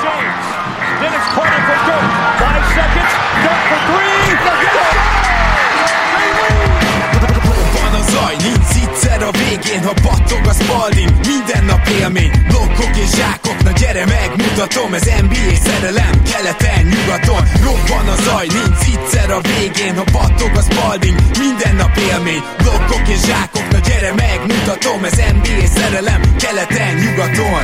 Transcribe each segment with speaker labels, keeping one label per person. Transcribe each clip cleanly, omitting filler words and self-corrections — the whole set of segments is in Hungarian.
Speaker 1: James. Dennis corner for Dirk. 5 seconds. Dirk for 3.
Speaker 2: Van a zaj, nincs egyszer a végén, ha battog a Spalding. Minden nap élmény, blokkok és zsákok. Na gyere megmutatom, ez NBA szerelem. Keleten, nyugaton, robban a zaj, nincs egyszer a végén, ha battog a Spalding. Minden nap élmény, blokkok és zsákok. Na gyere megmutatom, ez NBA szerelem. Keleten, nyugaton.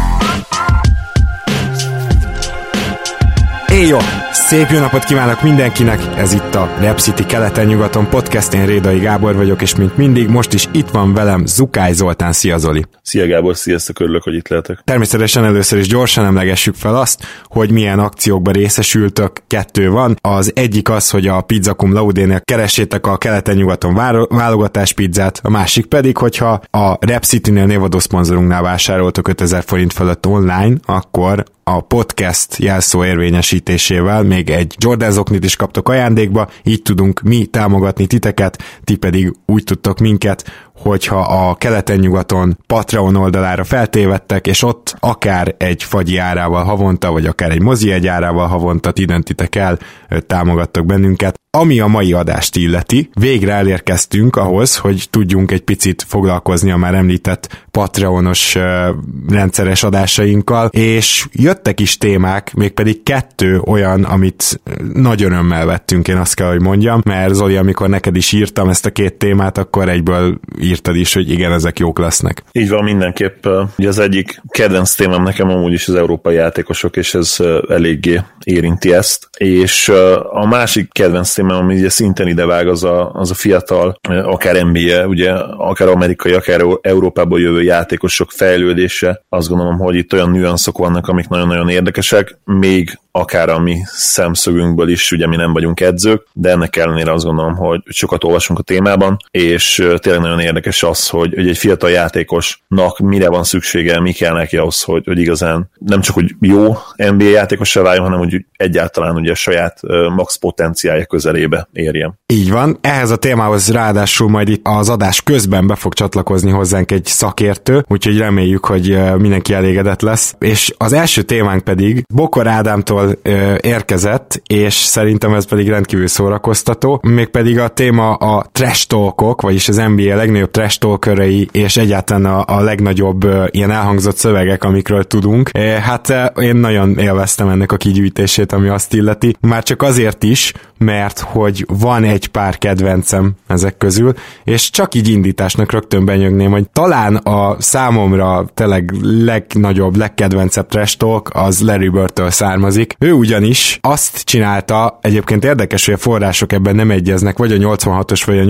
Speaker 3: Éjjó! Szép jó napot kívánok mindenkinek! Ez itt a Rep City keleten-nyugaton podcast, én Rédai Gábor vagyok, és mint mindig, most is itt van velem Zukály Zoltán. Szia Zoli!
Speaker 4: Szia Gábor, sziasztok, örülök, hogy itt lehetek.
Speaker 3: Természetesen először is gyorsan emlegessük fel azt, hogy milyen akciókban részesültök. 2 van. Az egyik az, hogy a Pizza Cum Laude-nél keressétek a keleten-nyugaton válogatás pizzát, a másik pedig, hogyha a Rep City-nél névadó szponzorunknál vásároltok 5000 forint fölött online, akkor a podcast jelszó érvényesítésével még egy Jordan zoknit is kaptok ajándékba, így tudunk mi támogatni titeket, ti pedig úgy tudtok minket, hogyha a keleten-nyugaton Patreon oldalára feltévedtek, és ott akár egy fagyi árával havonta, vagy akár egy mozi egy árával havonta ti döntitek el, támogattok bennünket. Ami a mai adást illeti, végre elérkeztünk ahhoz, hogy tudjunk egy picit foglalkozni a már említett Patreonos rendszeres adásainkkal, és jöttek is témák, mégpedig 2 olyan, amit nagy örömmel vettünk, én azt kell, hogy mondjam, mert Zoli, amikor neked is írtam ezt a 2 témát, akkor egyből írtad is, hogy igen, ezek jók lesznek.
Speaker 4: Így van, mindenképp. Ugye az egyik kedvenc témám nekem amúgy is az európai játékosok, és ez eléggé érinti ezt, és a másik kedvenc témám, ami ugye szintén idevág, az a fiatal, akár NBA, ugye, akár amerikai, akár Európából jövő játékosok fejlődése. Azt gondolom, hogy itt olyan nüanszok vannak, amik nagyon-nagyon érdekesek, még akár a mi szemszögünkből is, ugye mi nem vagyunk edzők, de ennek ellenére azt gondolom, hogy sokat olvasunk a témában, és tényleg nagyon érdekes az, hogy egy fiatal játékosnak mire van szüksége, mi kell neki ahhoz, hogy igazán nem csak hogy jó NBA játékossá váljon, hanem hogy egyáltalán ugye a saját max potenciálja közelébe érjen.
Speaker 3: Így van, ehhez a témához ráadásul majd itt az adás közben be fog csatlakozni hozzánk egy szakértő, úgyhogy reméljük, hogy mindenki elégedett lesz. És az első témánk pedig Bokor Ádámtól érkezett, és szerintem ez pedig rendkívül szórakoztató, mégpedig a téma a trash talkok, vagyis az NBA legnagyobb trash talkerei, és egyáltalán a legnagyobb ilyen elhangzott szövegek, amikről tudunk. Hát én nagyon élveztem ennek a kigyűjtését, ami azt illeti. Már csak azért is, mert hogy van egy pár kedvencem ezek közül, és csak így indításnak rögtön benyögném, hogy talán a számomra tényleg legnagyobb, legkedvencebb trash talk az Larry Birdtől származik. Ő ugyanis azt csinálta, egyébként érdekes, hogy a források ebben nem egyeznek, vagy a 86-os, vagy a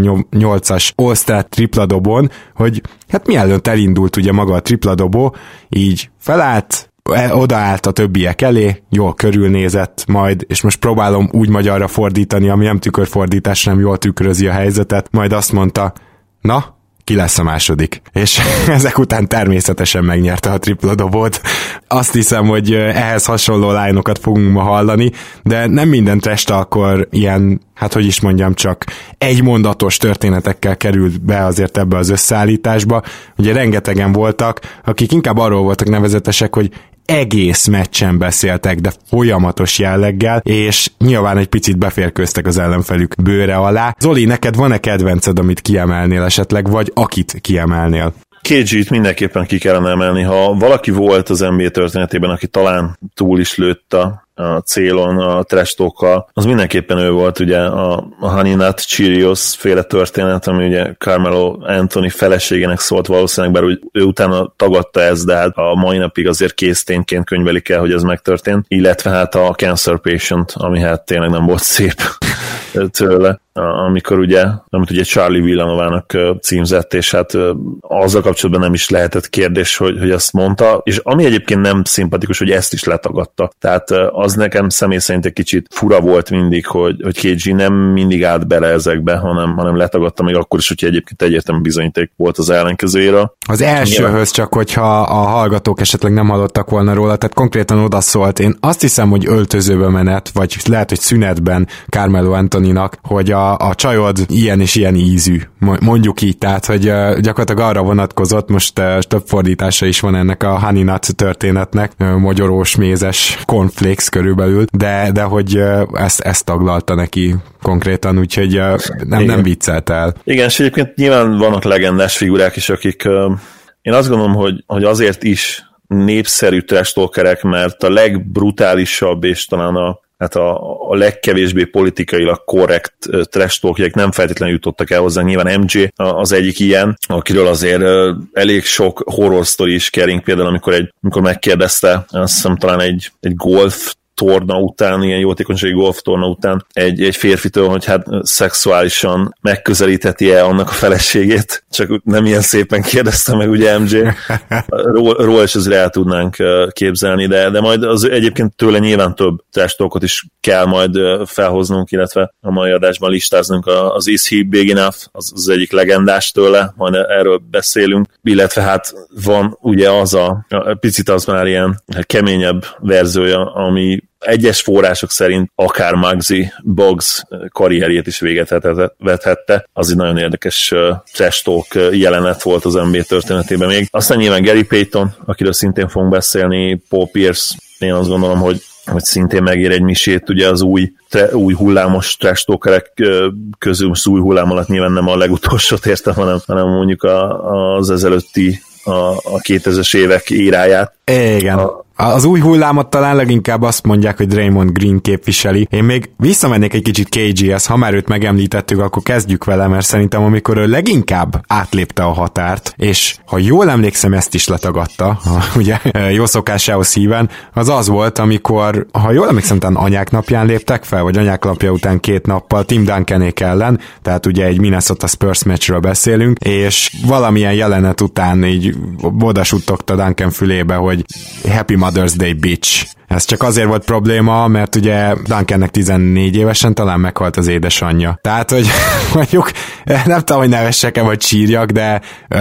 Speaker 3: 88-as All-Star tripladobon, hogy hát mielőtt elindult ugye maga a tripladobó, így felállt, odaállt a többiek elé, jól körülnézett majd, és most próbálom úgy magyarra fordítani, ami nem tükörfordítás, nem jól tükrözi a helyzetet, majd azt mondta, na, ki lesz a második. És ezek után természetesen megnyerte a tripladobót. Azt hiszem, hogy ehhez hasonló line-okat fogunk ma hallani, de nem minden trash talkor ilyen, hát hogy is mondjam, csak egymondatos történetekkel került be azért ebbe az összeállításba. Ugye rengetegen voltak, akik inkább arról voltak nevezetesek, hogy egész meccsen beszéltek, de folyamatos jelleggel, és nyilván egy picit beférkőztek az ellenfelük bőre alá. Zoli, neked van-e kedvenced, amit kiemelnél esetleg, vagy akit kiemelnél?
Speaker 4: KG-t mindenképpen ki kellene emelni. Ha valaki volt az NBA történetében, aki talán túl is lőtt a célon, a trash talkkal, az mindenképpen ő volt, ugye a Honey Nut Cheerios féle történet, ami ugye Carmelo Anthony feleségének szólt valószínűleg, bár ő utána tagadta ezt, de hát a mai napig azért késztényként könyvelik el, hogy ez megtörtént, illetve hát a Cancer Patient, ami hát tényleg nem volt szép tőle, amikor ugye, amit ugye Charlie Villanovának címzett, és hát azzal kapcsolatban nem is lehetett kérdés, hogy azt mondta, és ami egyébként nem szimpatikus, hogy ezt is letagadta. Tehát az nekem személy szerint egy kicsit fura volt mindig, hogy KG nem mindig állt bele ezekbe, hanem letagadta még akkor is, hogyha egyébként egyértelmű bizonyíték volt az ellenkezőjéről.
Speaker 3: Az elsőhöz csak, hogyha a hallgatók esetleg nem hallottak volna róla, tehát konkrétan odaszólt. Én azt hiszem, hogy öltözőbe menet, vagy lehet, hogy szünetben Carmelo Anthony Tonynak, hogy a csajod ilyen és ilyen ízű, mondjuk így, tehát, hogy gyakorlatilag arra vonatkozott, most több fordítása is van ennek a honey nut történetnek, mogyorós, mézes cornflakes körülbelül, de hogy ezt taglalta neki konkrétan, úgyhogy nem viccelt el.
Speaker 4: Igen, és egyébként nyilván vannak legendás figurák is, akik én azt gondolom, hogy azért is népszerű trash talkerek, mert a legbrutálisabb és talán a legkevésbé politikailag korrekt trash talkjek nem feltétlenül jutottak el hozzá. Nyilván MJ az egyik ilyen, akiről azért elég sok horror sztori is kering, például amikor megkérdezte, azt hiszem talán egy golf torna után, ilyen jótékonysági golf torna után egy férfitől, hogy hát szexuálisan megközelítheti-e annak a feleségét, csak nem ilyen szépen kérdezte meg ugye MJ. Róla is azért el tudnánk képzelni, de majd az egyébként tőle nyilván több trash talkot is kell majd felhoznunk, illetve a mai adásban listáznunk az Is He Big Enough, az egyik legendás tőle, majd erről beszélünk, illetve hát van ugye az picit az már ilyen keményebb verziója, ami egyes források szerint akár Muggsy Bogues karrierjét is véget vethette. Az egy nagyon érdekes trash talk jelenet volt az NBA történetében még. Aztán nyilván Gary Payton, akiről szintén fogunk beszélni, Paul Pierce, én azt gondolom, hogy szintén megér egy misét, ugye az új hullámos trash talkerek közül, most új hullám alatt nyilván nem a legutolsót értem, hanem mondjuk az ezelőtti a 2000-es évek éráját.
Speaker 3: Igen. Az új hullámot talán leginkább azt mondják, hogy Draymond Green képviseli. Én még visszamennék egy kicsit KG-hez, ha már őt megemlítettük, akkor kezdjük vele, mert szerintem amikor ő leginkább átlépte a határt, és ha jól emlékszem, ezt is letagadta, ugye jó szokásához híven, az volt, amikor, ha jól emlékszem, talán anyák napján léptek fel, vagy anyák napja után 2 nappal Tim Duncanék ellen, tehát ugye egy Minnesota Spurs meccsről beszélünk, és valamilyen jelenet után így odasuttogta Duncan fülébe, hogy Happy Mother's Day, bitch. Ez csak azért volt probléma, mert ugye Duncannek 14 évesen talán meghalt az édesanyja. Tehát, hogy mondjuk, nem tudom, hogy nevessek-e, vagy sírjak, de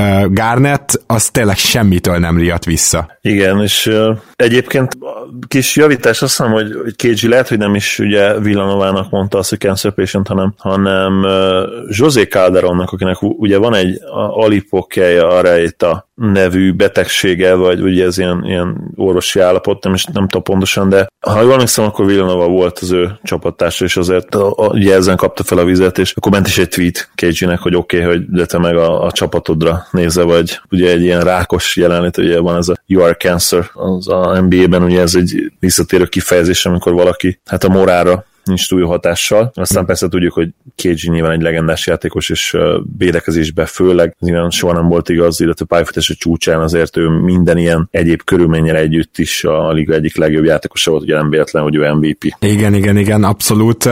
Speaker 3: Garnett az tényleg semmitől nem riadt vissza.
Speaker 4: Igen, és egyébként kis javítás, azt hiszem, hogy KG lehet, hogy nem is ugye Villanovának mondta azt, hogy cancer patient, hanem José Calderonnak, akinek ugye van egy alipokeja areata nevű betegsége, vagy ugye ez ilyen orvosi állapot, nem tudom pontosan, de ha jól emlékszem, akkor Villanova volt az ő csapattársa, és azért ugye ezen kapta fel a vizet, és akkor ment is egy tweet KG-nek, hogy oké, hogy de te meg a csapatodra nézze, vagy ugye egy ilyen rákos jelenlét, ugye van ez a You are cancer, az a NBA-ben ugye ez egy visszatérő kifejezés, amikor valaki hát a morálra nincs túl jó hatással. Aztán persze tudjuk, hogy KG nyilván egy legendás játékos, és védekezésbe főleg nyilván soha nem volt igaz, illetve pályafutása csúcsán azért ő minden ilyen egyéb körülménnyel együtt is a liga egyik legjobb játékosa volt, ugye nem véletlen, hogy ő MVP.
Speaker 3: Igen, abszolút.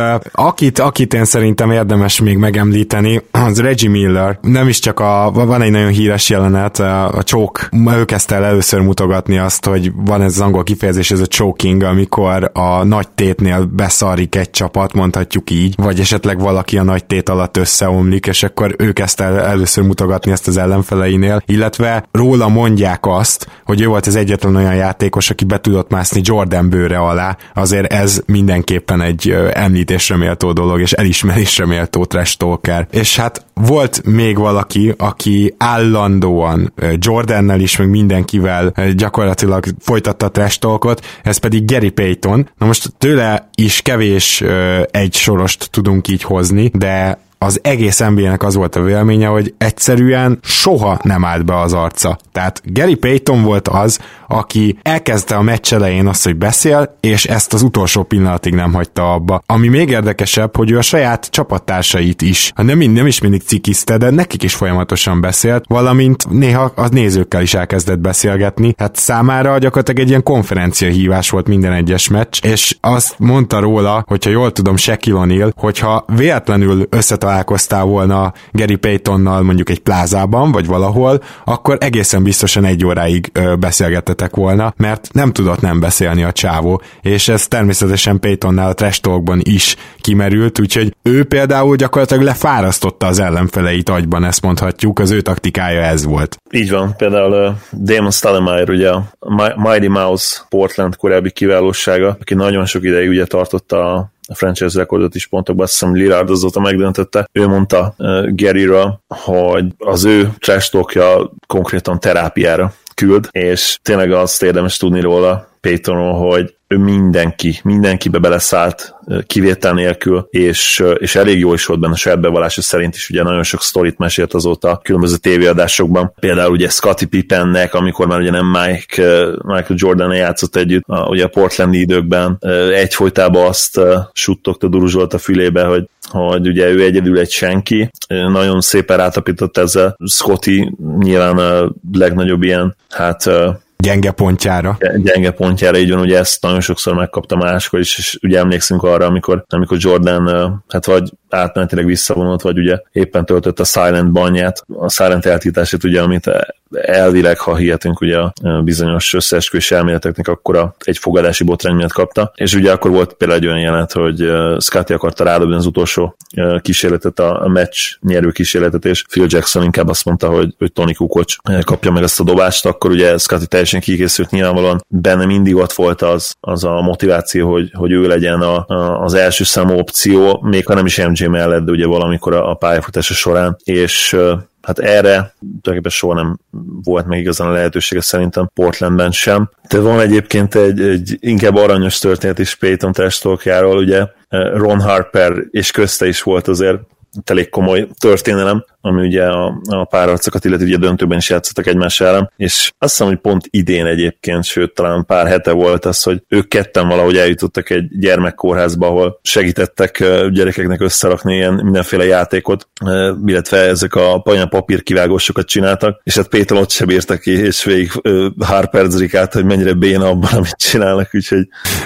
Speaker 3: Akit én szerintem érdemes még megemlíteni, az Reggie Miller. Nem is csak van egy nagyon híres jelenet, a choke, ő kezdte el először mutogatni azt, hogy van ez az angol kifejezés, ez a choking, amikor a nagy tétnél beszarik egy csapat, mondhatjuk így, vagy esetleg valaki a nagy tét alatt összeomlik, és akkor ő kezdte először mutogatni ezt az ellenfeleinél, illetve róla mondják azt, hogy ő volt az egyetlen olyan játékos, aki be tudott mászni Jordan bőre alá, azért ez mindenképpen egy említésre méltó dolog, és elismerésre méltó trash talker. És hát volt még valaki, aki állandóan Jordannel is, meg mindenkivel gyakorlatilag folytatta a trash talkot, ez pedig Gary Payton. Na most tőle is kevés egy sorost tudunk így hozni, de az egész NBA-nek az volt a véleménye, hogy egyszerűen soha nem állt be az arca. Tehát Gary Payton volt az, aki elkezdte a meccs elején azt, hogy beszél, és ezt az utolsó pillanatig nem hagyta abba. Ami még érdekesebb, hogy ő a saját csapattársait is, nem is mindig cikizte, de nekik is folyamatosan beszélt, valamint néha a nézőkkel is elkezdett beszélgetni. Hát számára gyakorlatilag egy ilyen konferenciahívás volt minden egyes meccs, és azt mondta róla, hogyha jól tudom, Shaquille O'Neal, hogyha véletlenül összetalálkoztál volna Gary Paytonnal mondjuk egy plázában, vagy valahol, akkor egészen biztosan 1 óráig beszélgetett volna, mert nem tudott nem beszélni a csávó, és ez természetesen Paytonnál a trash talkban is kimerült, úgyhogy ő például gyakorlatilag lefárasztotta az ellenfeleit agyban, ezt mondhatjuk, az ő taktikája ez volt.
Speaker 4: Így van, például Damon Stoudemire, ugye a Mighty Mouse Portland korábbi kiválósága, aki nagyon sok ideig ugye tartotta a franchise rekordot is pontokban, azt hiszem Lillard azóta megdöntötte. Ő mondta Garyről, hogy az ő trash talkja konkrétan terápiára küld, és tényleg azt érdemes tudni róla, Paytonról, hogy ő mindenkibe beleszállt kivétel nélkül, és elég jó is volt benne a saját bevallása szerint is, ugye nagyon sok sztorit mesélt azóta különböző tévéadásokban. Például ugye Scottie Pippennek, amikor már ugye nem Michael Jordan játszott együtt, ugye a Portlandi időkben egyfolytában azt suttogta, duruzsolt a fülébe, hogy ugye ő egyedül egy senki. Nagyon szépen rátapított ezzel. Scottie nyilván a legnagyobb ilyen,
Speaker 3: gyenge pontjára, így van, ugye ezt nagyon sokszor megkapta máskor is, és ugye emlékszünk arra, amikor Jordan vagy átmenetileg visszavonult, vagy ugye éppen töltött a Silent banját, a Silent eltiltását, ugye, amit elvileg, ha hihetünk ugye a bizonyos összeesküvés elméleteknek, akkor egy fogadási botrány miatt kapta, és ugye akkor volt például egy olyan jelenet, hogy Scottie akarta rádobni az utolsó kísérletet, a meccs nyerő kísérletet, és Phil Jackson inkább azt mondta, hogy Tony Kukoc kapja meg ezt a dobást, akkor ugye Scottie teljesen kikészült, nyilvánvalóan benne mindig ott volt az a motiváció, hogy ő legyen az első számú opció, még ha nem is MJ mellett, de ugye valamikor a pályafutása során, és erre tulajdonképpen soha nem volt meg igazán a lehetősége szerintem Portlandben sem. De van egyébként egy inkább aranyos történet is Payton trash talkjáról, ugye Ron Harper és közte is volt azért elég komoly történelem, ami ugye a párharcokat, illetve ugye döntőben is játszottak egymás ellen, és azt hiszem, hogy pont idén egyébként, sőt talán pár hete volt az, hogy ők ketten valahogy eljutottak egy gyermekkórházba, ahol segítettek gyerekeknek összerakni ilyen mindenféle játékot, illetve ezek a papír kivágósokat csináltak, és Payton ott sem bírta ki, és végig Harper-zik át, hogy mennyire béna abban, amit csinálnak, úgyhogy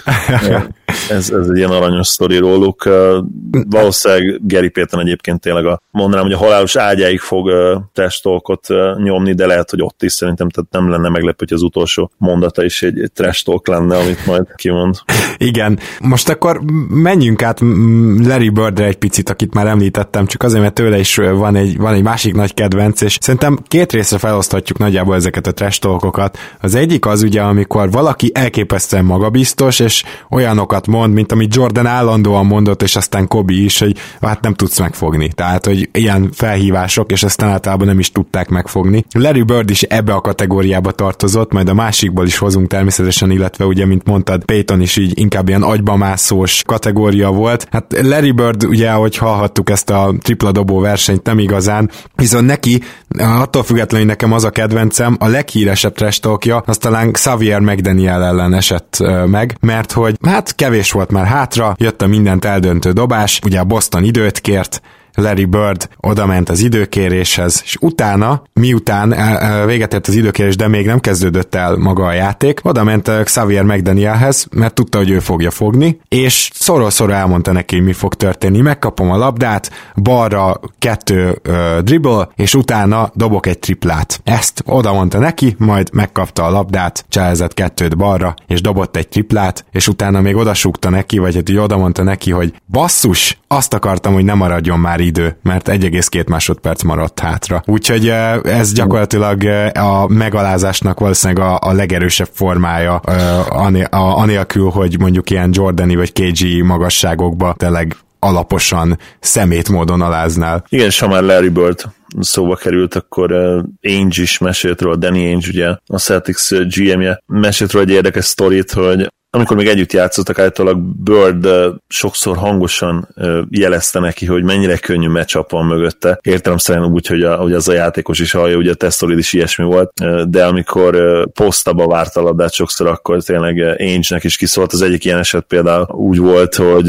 Speaker 3: ez egy ilyen aranyos sztori róluk. Valószínűleg Gary Payton egyébként tényleg mondanám, hogy a halálos ágyáig fog trash talkot nyomni, de lehet, hogy ott is szerintem tehát nem lenne meglepő, hogy az utolsó mondata is egy trash talk lenne, amit majd kimond. Igen. Most akkor menjünk át Larry Birdre egy picit, akit már említettem, csak azért, mert tőle is van egy másik nagy kedvenc, és szerintem két részre feloszthatjuk nagyjából ezeket a trash talkokat. Az egyik az ugye, amikor valaki elképesztően magabiztos, és olyanokat mond, mint amit Jordan állandóan mondott, és aztán Kobe is, hogy nem tudsz megfogni. Tehát, hogy ilyen felhívások, és aztán általában nem is tudták megfogni. Larry Bird is ebbe a kategóriába tartozott, majd a másikból is hozunk természetesen, illetve ugye, mint mondtad, Payton is így inkább ilyen agybamászós kategória volt. Larry Bird, ugye, ahogy hallhattuk ezt a tripla dobó versenyt, nem igazán, viszont neki, attól függetlenül nekem az a kedvencem, a leghíresebb trash talkja, az talán Xavier McDaniel ellen esett meg, mert hogy kevés volt már hátra, jött a mindent eldöntő dobás, ugye a Boston időt kért, Larry Bird odament az időkéréshez, és utána, miután véget ért az időkérés, de még nem kezdődött el maga a játék, odament Xavier McDanielhez, mert tudta, hogy ő fogja fogni, és szorról elmondta neki, hogy mi fog történni. Megkapom a labdát, balra 2 dribble, és utána dobok egy triplát. Ezt oda mondta neki, majd megkapta a labdát, cselezett 2 balra, és dobott egy triplát, és utána még odasúgta neki, vagy hát oda mondta neki, hogy basszus, azt akartam, hogy ne maradjon már idő, mert 1,2 másodperc maradt hátra. Úgyhogy ez gyakorlatilag a megalázásnak valószínűleg a legerősebb formája, anélkül, hogy mondjuk ilyen Jordani vagy KG magasságokba tényleg alaposan szemét módon aláznál.
Speaker 4: Igen, és ha már Larry Bird szóba került, akkor Ainge is mesélt róla, Danny Ainge, ugye a Celtics GM-je, mesélt róla egy érdekes sztorit, hogy amikor még együtt játszottak, általában Bird sokszor hangosan jelezte neki, hogy mennyire könnyű matchup van mögötte. Értelemszerűen úgy, hogy az a játékos is hallja, ugye a Testorid is ilyesmi volt, de amikor posztaba várta a labdát sokszor, akkor tényleg Ainge-nek is kiszólt. Az egyik ilyen eset például úgy volt, hogy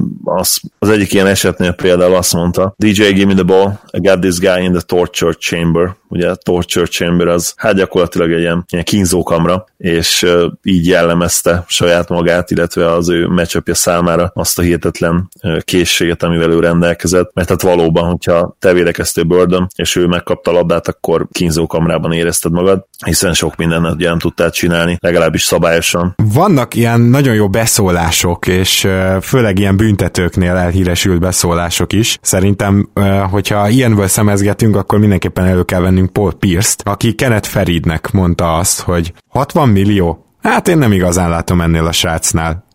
Speaker 4: az egyik ilyen esetnél például azt mondta, DJ, give me the ball, I got this guy in the torture chamber. Ugye a torture chamber az gyakorlatilag egy ilyen kínzókamra, és így jellemezte saját magát, illetve az ő matchupja számára azt a hihetetlen készséget, amivel ő rendelkezett, mert hát valóban, hogyha te védekeztél Birdön, és ő megkapta a labdát, akkor kínzókamrában érezted magad, hiszen sok mindent ugye nem tudtál csinálni, legalábbis szabályosan.
Speaker 3: Vannak ilyen nagyon jó beszólások, és főleg ilyen büntetőknél elhíresült beszólások is. Szerintem, hogyha ilyenből szemezgetünk, akkor mindenképpen elő kell vennünk Paul Pierce-t, aki Kenneth Faridnek mondta azt, hogy 60 millió? Hát én nem igazán látom ennél a srácnál.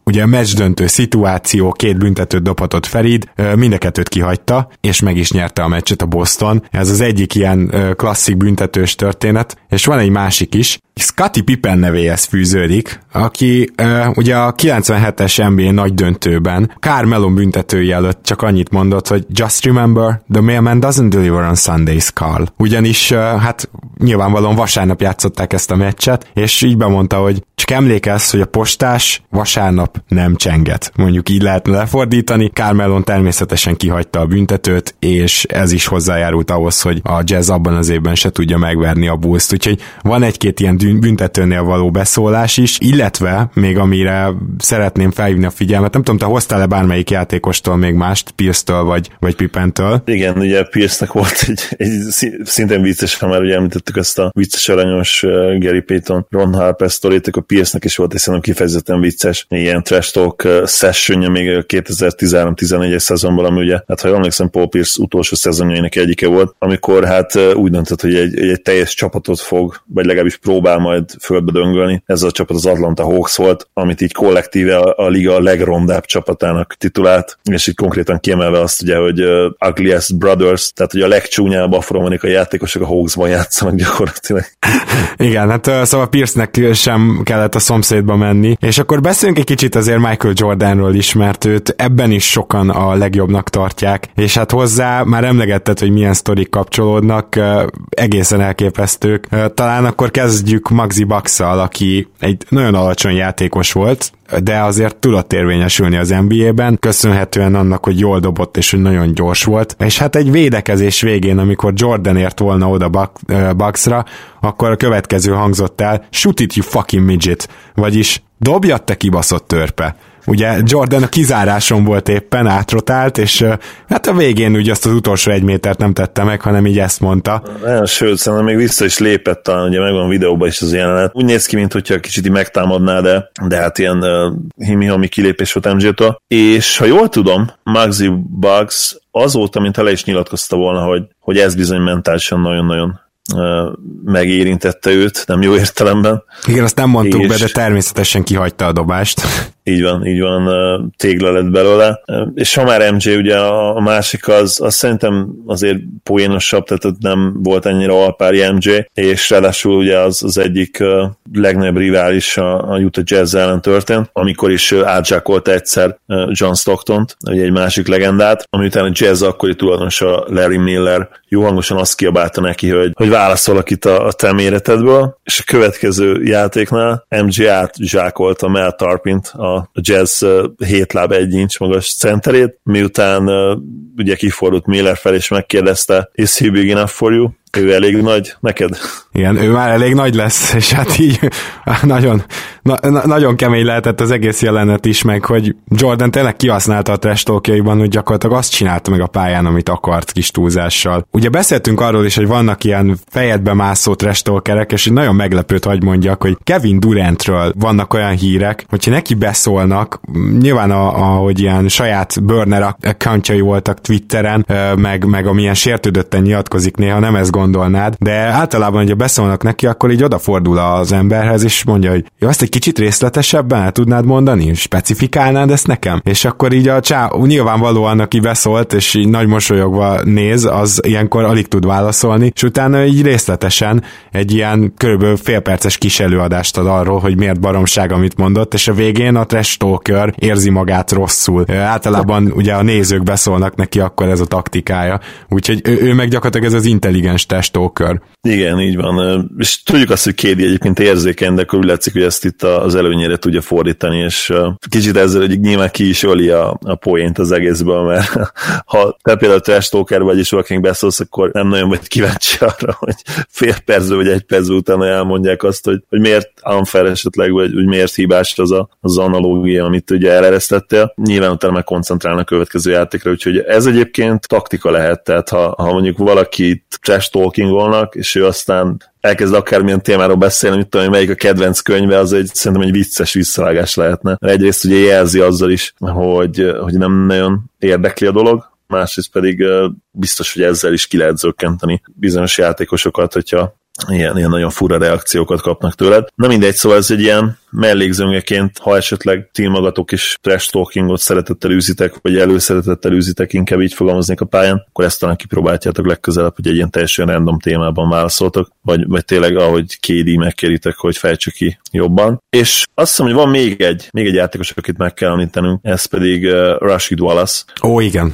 Speaker 3: ugye a meccsdöntő szituáció, 2 büntetőt dobhatott Farid, mind a 2-t kihagyta, és meg is nyerte a meccset a Boston. Ez az egyik ilyen klasszik büntetős történet, és van egy másik is. Scottie Pippen nevéhez fűződik, aki ugye a 97-es NBA nagy döntőben Carmelo büntetői előtt csak annyit mondott, hogy just remember, the mailman doesn't deliver on Sundays, Carl. Ugyanis hát nyilvánvalóan vasárnap játszották ezt a meccset, és így bemondta, hogy csak emlékezz, hogy a postás vasárnap nem csenget. Mondjuk így lehetne lefordítani. Carmelon természetesen kihagyta a büntetőt, és ez is hozzájárult ahhoz, hogy a Jazz abban az évben se tudja megverni a Bulls-t. Úgyhogy van egy-két ilyen büntetőnél való beszólás is, illetve még amire szeretném felhívni a figyelmet, nem tudom, te hoztál-e bármelyik játékostól még mást, Pierce-től vagy Pippentől?
Speaker 4: Igen, ugye Pierce-nek volt egy szintén vicces, ha már ugye említettük ezt a vicces aranyos Gary Payton, Ron Harper sztorit, akkor Pierce-nek is volt egy szerintem kifejezetten vicces ilyen trash talk sessionja még a 2013-14-es szezonban, ami ugye, hát ha jól emlékszem, Paul Pierce utolsó szezonjainak egyike volt, amikor hát úgy döntött, hogy egy teljes csapatot fog, vagy legalábbis próbál majd földbe döngölni. Ez a csapat az Atlanta Hawks volt, amit így kollektíve a liga legrondább csapatának titulált, és így konkrétan kiemelve azt ugye, hogy Ugliest Brothers, tehát hogy a legcsúnyább afroamerikai játékosok a Hawksban játszanak gyakorlatilag.
Speaker 3: Igen, hát szóval Pierce-nek sem kellett a szomszédba menni, és akkor beszéljünk egy kicsit azért Michael Jordanról is, mert őt ebben is sokan a legjobbnak tartják, és hát hozzá már emlegetted, hogy milyen sztorik kapcsolódnak, egészen elképesztők. Talán akkor kezdjük Muggsy Bogues-szal, aki egy nagyon alacsony játékos volt, de azért tudott érvényesülni az NBA-ben, köszönhetően annak, hogy jól dobott és hogy nagyon gyors volt, és hát egy védekezés végén, amikor Jordan ért volna oda Bucksra, akkor a következő hangzott el, shoot it you fucking midget, vagyis dobjad te kibaszott törpe. Ugye Jordan a kizáráson volt éppen, átrotált, és hát a végén ugye azt az utolsó 1 métert nem tette meg, hanem így ezt mondta.
Speaker 4: Sőt, szerintem még vissza is lépett, talán ugye megvan a videóban is az jelenet. Úgy néz ki, mintha kicsit megtámadná, de hát ilyen himi-hami kilépés volt MJ-től. És ha jól tudom, Muggsy Bogues azóta, mintha le is nyilatkozta volna, hogy ez bizony mentálisan nagyon-nagyon megérintette őt, nem jó értelemben.
Speaker 3: Igen, azt nem mondtuk be, de természetesen kihagyta a dobást.
Speaker 4: Így van, tégla lett belőle. És ha már MJ, ugye a másik az szerintem azért poénosabb, tehát nem volt ennyire alpári MJ, és ráadásul ugye az egyik legnagyobb rivális a Utah Jazz ellen történt, amikor is átzsákolta egyszer John Stocktont, ugye egy másik legendát, ami után a Jazz akkori tulajdonosa Larry Miller jó hangosan azt kiabálta neki, hogy válaszolok itt a te méretedből, és a következő játéknál MJ átzsákolta Mel Tarpint, a Jazz 7 láb 1 inch magas centerét, miután ugye kifordult Miller fel, és megkérdezte, is he big enough for you? Ő elég nagy neked?
Speaker 3: Igen, ő már elég nagy lesz, és hát így nagyon kemény lehetett az egész jelenet is, meg hogy Jordan tényleg kihasználta a trash talkjaiban, hogy gyakorlatilag azt csinálta meg a pályán, amit akart kis túlzással. Ugye beszéltünk arról is, hogy vannak ilyen fejedbe mászó trash talkerek, és nagyon meglepőt hagy mondjak, hogy Kevin Durantről vannak olyan hírek, hogyha neki beszólnak, nyilván ahogy ilyen saját burner accountjai voltak Twitteren, meg amilyen sértődötten nyilatkozik néha, nem ezt gondolnád, de általában, hogyha beszólnak neki, akkor így odafordul az emberhez, és mondja, hogy jó, ezt egy kicsit részletesebben el tudnád mondani? Specifikálnád ezt nekem? És akkor így nyilvánvalóan, aki beszólt, és így nagy mosolyogva néz, az ilyenkor alig tud válaszolni, és utána így részletesen egy ilyen körülbelül félperces kis előadást ad arról, hogy miért baromság, amit mondott, és a végén a trash talker érzi magát rosszul. Általában ugye a nézők beszólnak neki, akkor ez a taktikája. Úgyhogy ő meg gyakorlatilag ez az intelligens trash talker.
Speaker 4: Igen, így van. És tudjuk azt, hogy KD egyébként érzékeny, de akkor úgy látszik, hogy ezt itt az előnyére tudja fordítani, és kicsit ezzel, hogy nyilván ki is öli a poént az egészből, mert ha te például trash talker vagy, és valakinek beszólsz, akkor nem nagyon vagy kíváncsi arra, hogy fél percből vagy 1 percből utána elmondják azt, hogy miért unfair esetleg, vagy miért hibás az analógia, amit ugye eleresztettél. Nyilván utána meg koncentrálnak a következő játékra, úgyhogy ez egyébként taktika lehet, tehát ha mondjuk valaki trash talkingolnak, és ő aztán elkezd akármilyen témáról beszélni, mit tudom, melyik a kedvenc könyve, az szerintem egy vicces visszavágás lehetne. Egyrészt ugye jelzi azzal is, hogy nem nagyon érdekli a dolog, másrészt pedig biztos, hogy ezzel is ki lehet zökkenteni bizonyos játékosokat, hogyha ilyen nagyon fura reakciókat kapnak tőled. Na mindegy, szóval ez egy ilyen mellékzöngeként, ha esetleg ti magatok is trash talkingot szeretettel űzitek, vagy előszeretettel űzitek, inkább így fogalmaznék a pályán, akkor ezt talán kipróbáljátok legközelebb, hogy egy ilyen teljesen random témában válaszoltok, vagy tényleg ahogy KD megkéritek, hogy fejtsük ki jobban. És azt hiszem, hogy van még egy játékos, akit meg kell említenünk, ez pedig Rasheed Wallace.
Speaker 3: Ó, igen.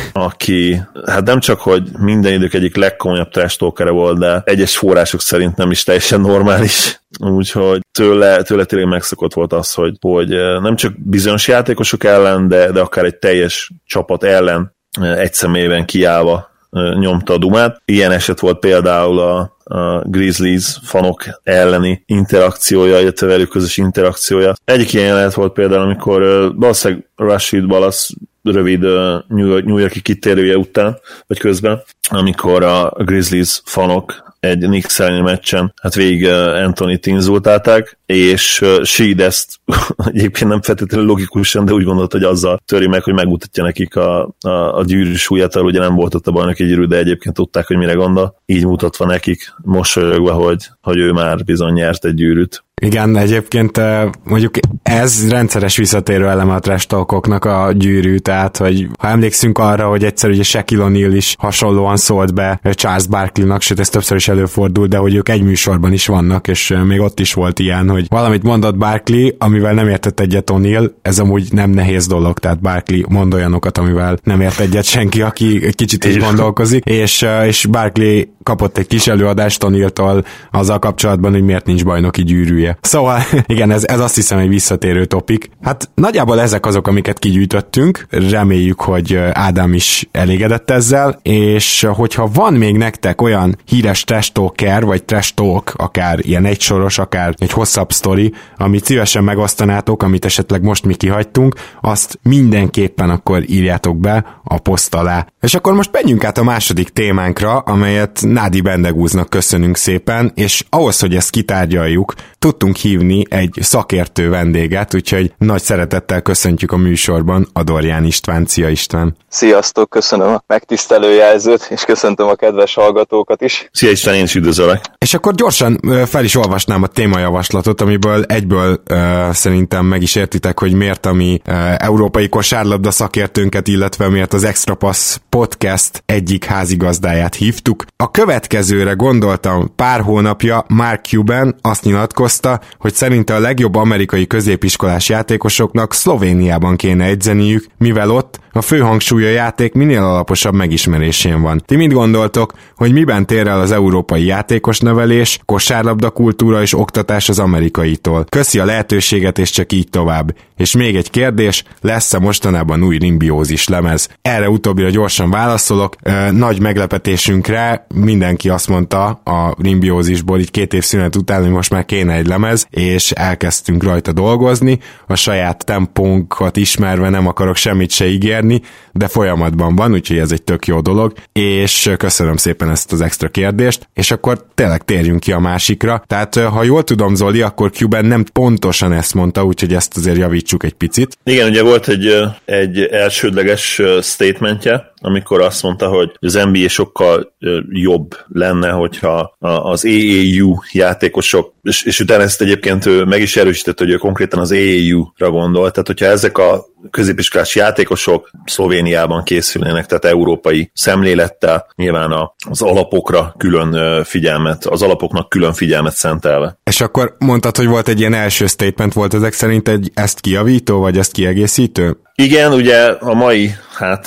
Speaker 4: Aki, hát nem csak, hogy minden idők egyik legkomolyabb trash talkere volt, de egyes források szerint nem is teljesen normális. Úgyhogy tőle tényleg megszokott volt az, hogy nem csak bizonyos játékosok ellen, de akár egy teljes csapat ellen egy személyben kiállva nyomta a dumát. Ilyen eset volt például a Grizzlies fanok elleni interakciója, illetve velük közös interakciója. Egyik ilyen jelenet volt például, amikor valószínűleg Rasheed Wallace rövid New York-i kitérője után, vagy közben, amikor a Grizzlies fanok egy Knicks elleni meccsen, hát végig Anthony-t inzultálták, és Sheed ezt egyébként nem feltétlenül logikusan, de úgy gondolt, hogy azzal töri meg, hogy megmutatja nekik a gyűrű súlyát, ugye nem volt ott a bajnoki gyűrű, de egyébként tudták, hogy mire gondol. Így mutatva nekik, mosolyogva, hogy ő már bizony nyert egy gyűrűt.
Speaker 3: Igen, egyébként mondjuk ez rendszeres visszatérő eleme a trash talkoknak a gyűrű, tehát hogy ha emlékszünk arra, hogy egyszer ugye Shaquille O'Neal is hasonlóan szólt be Charles Barkleynak, sőt ez többször is előfordul, de hogy ők egy műsorban is vannak, és még ott is volt ilyen, hogy valamit mondott Barkley, amivel nem értett egyet O'Neal, ez amúgy nem nehéz dolog, tehát Barkley mond olyanokat, amivel nem ért egyet senki, aki kicsit is gondolkozik, és Barkley kapott egy kis előadást O'Nealtól azzal kapcsolatban, hogy miért nincs bajnoki gyűrűje. Szóval igen, ez azt hiszem egy visszatérő topik. Hát nagyjából ezek azok, amiket kigyűjtöttünk, reméljük, hogy Ádám is elégedett ezzel, és hogyha van még nektek olyan híres trash talker, vagy trash talk, akár ilyen egysoros, akár egy hosszabb sztori, amit szívesen megosztanátok, amit esetleg most mi kihagytunk, azt mindenképpen akkor írjátok be a poszt alá. És akkor most menjünk át a második témánkra, amelyet Nádi Bendegúznak köszönünk szépen, és ahhoz, hogy ezt kitárgyaljuk, tudtunk hívni egy szakértő vendéget, úgyhogy nagy szeretettel köszöntjük a műsorban Adorján István. Szia István!
Speaker 5: Sziasztok, köszönöm a megtisztelő jelzőt, és köszöntöm a kedves hallgatókat is.
Speaker 4: Szia István, én is üdvözöllek!
Speaker 3: És akkor gyorsan fel is olvasnám a témajavaslatot, amiből egyből szerintem meg is értitek, hogy miért a mi európai kosárlabda szakértőnket, illetve miért az Extra Pass Podcast egyik házigazdáját hívtuk. A következőre gondoltam pár hónapja. Mark Cuban azt nyilatkozta, hogy szerinte a legjobb amerikai középiskolás játékosoknak Szlovéniában kéne edzeniük, mivel ott a fő hangsúly a játék minél alaposabb megismerésén van. Ti mit gondoltok, hogy miben tér el az európai játékosnevelés, kosárlabda kultúra és oktatás az amerikaitól? Köszi a lehetőséget, és csak így tovább. És még egy kérdés, lesz-e mostanában új Rimbiózis lemez? Erre utóbbira gyorsan válaszolok. Nagy meglepetésünkre mindenki azt mondta a Rimbiózisból így 2 év szünet után, hogy most már kéne egy lemez, és elkezdtünk rajta dolgozni. A saját tempónkat ismerve nem akarok semmit se ígérni, de folyamatban van, úgyhogy ez egy tök jó dolog, és köszönöm szépen ezt az extra kérdést, és akkor tényleg térjünk ki a másikra. Tehát ha jól tudom, Zoli, akkor Cuban nem pontosan ezt mondta, úgyhogy ezt azért javítsuk egy picit.
Speaker 4: Igen, ugye volt egy elsődleges statementje, amikor azt mondta, hogy az NBA sokkal jobb lenne, hogyha az AAU játékosok, és utána ezt egyébként ő meg is erősített, hogy ő konkrétan az AAU-ra gondolt, tehát hogyha ezek a középiskolás játékosok Szlovéniában készülnének, tehát európai szemlélettel, nyilván az alapokra külön figyelmet, az alapoknak külön figyelmet szentelve.
Speaker 3: És akkor mondtad, hogy volt egy ilyen első statement, volt ezek szerint egy ezt kijavító, vagy ezt kiegészítő?
Speaker 4: Igen, ugye a mai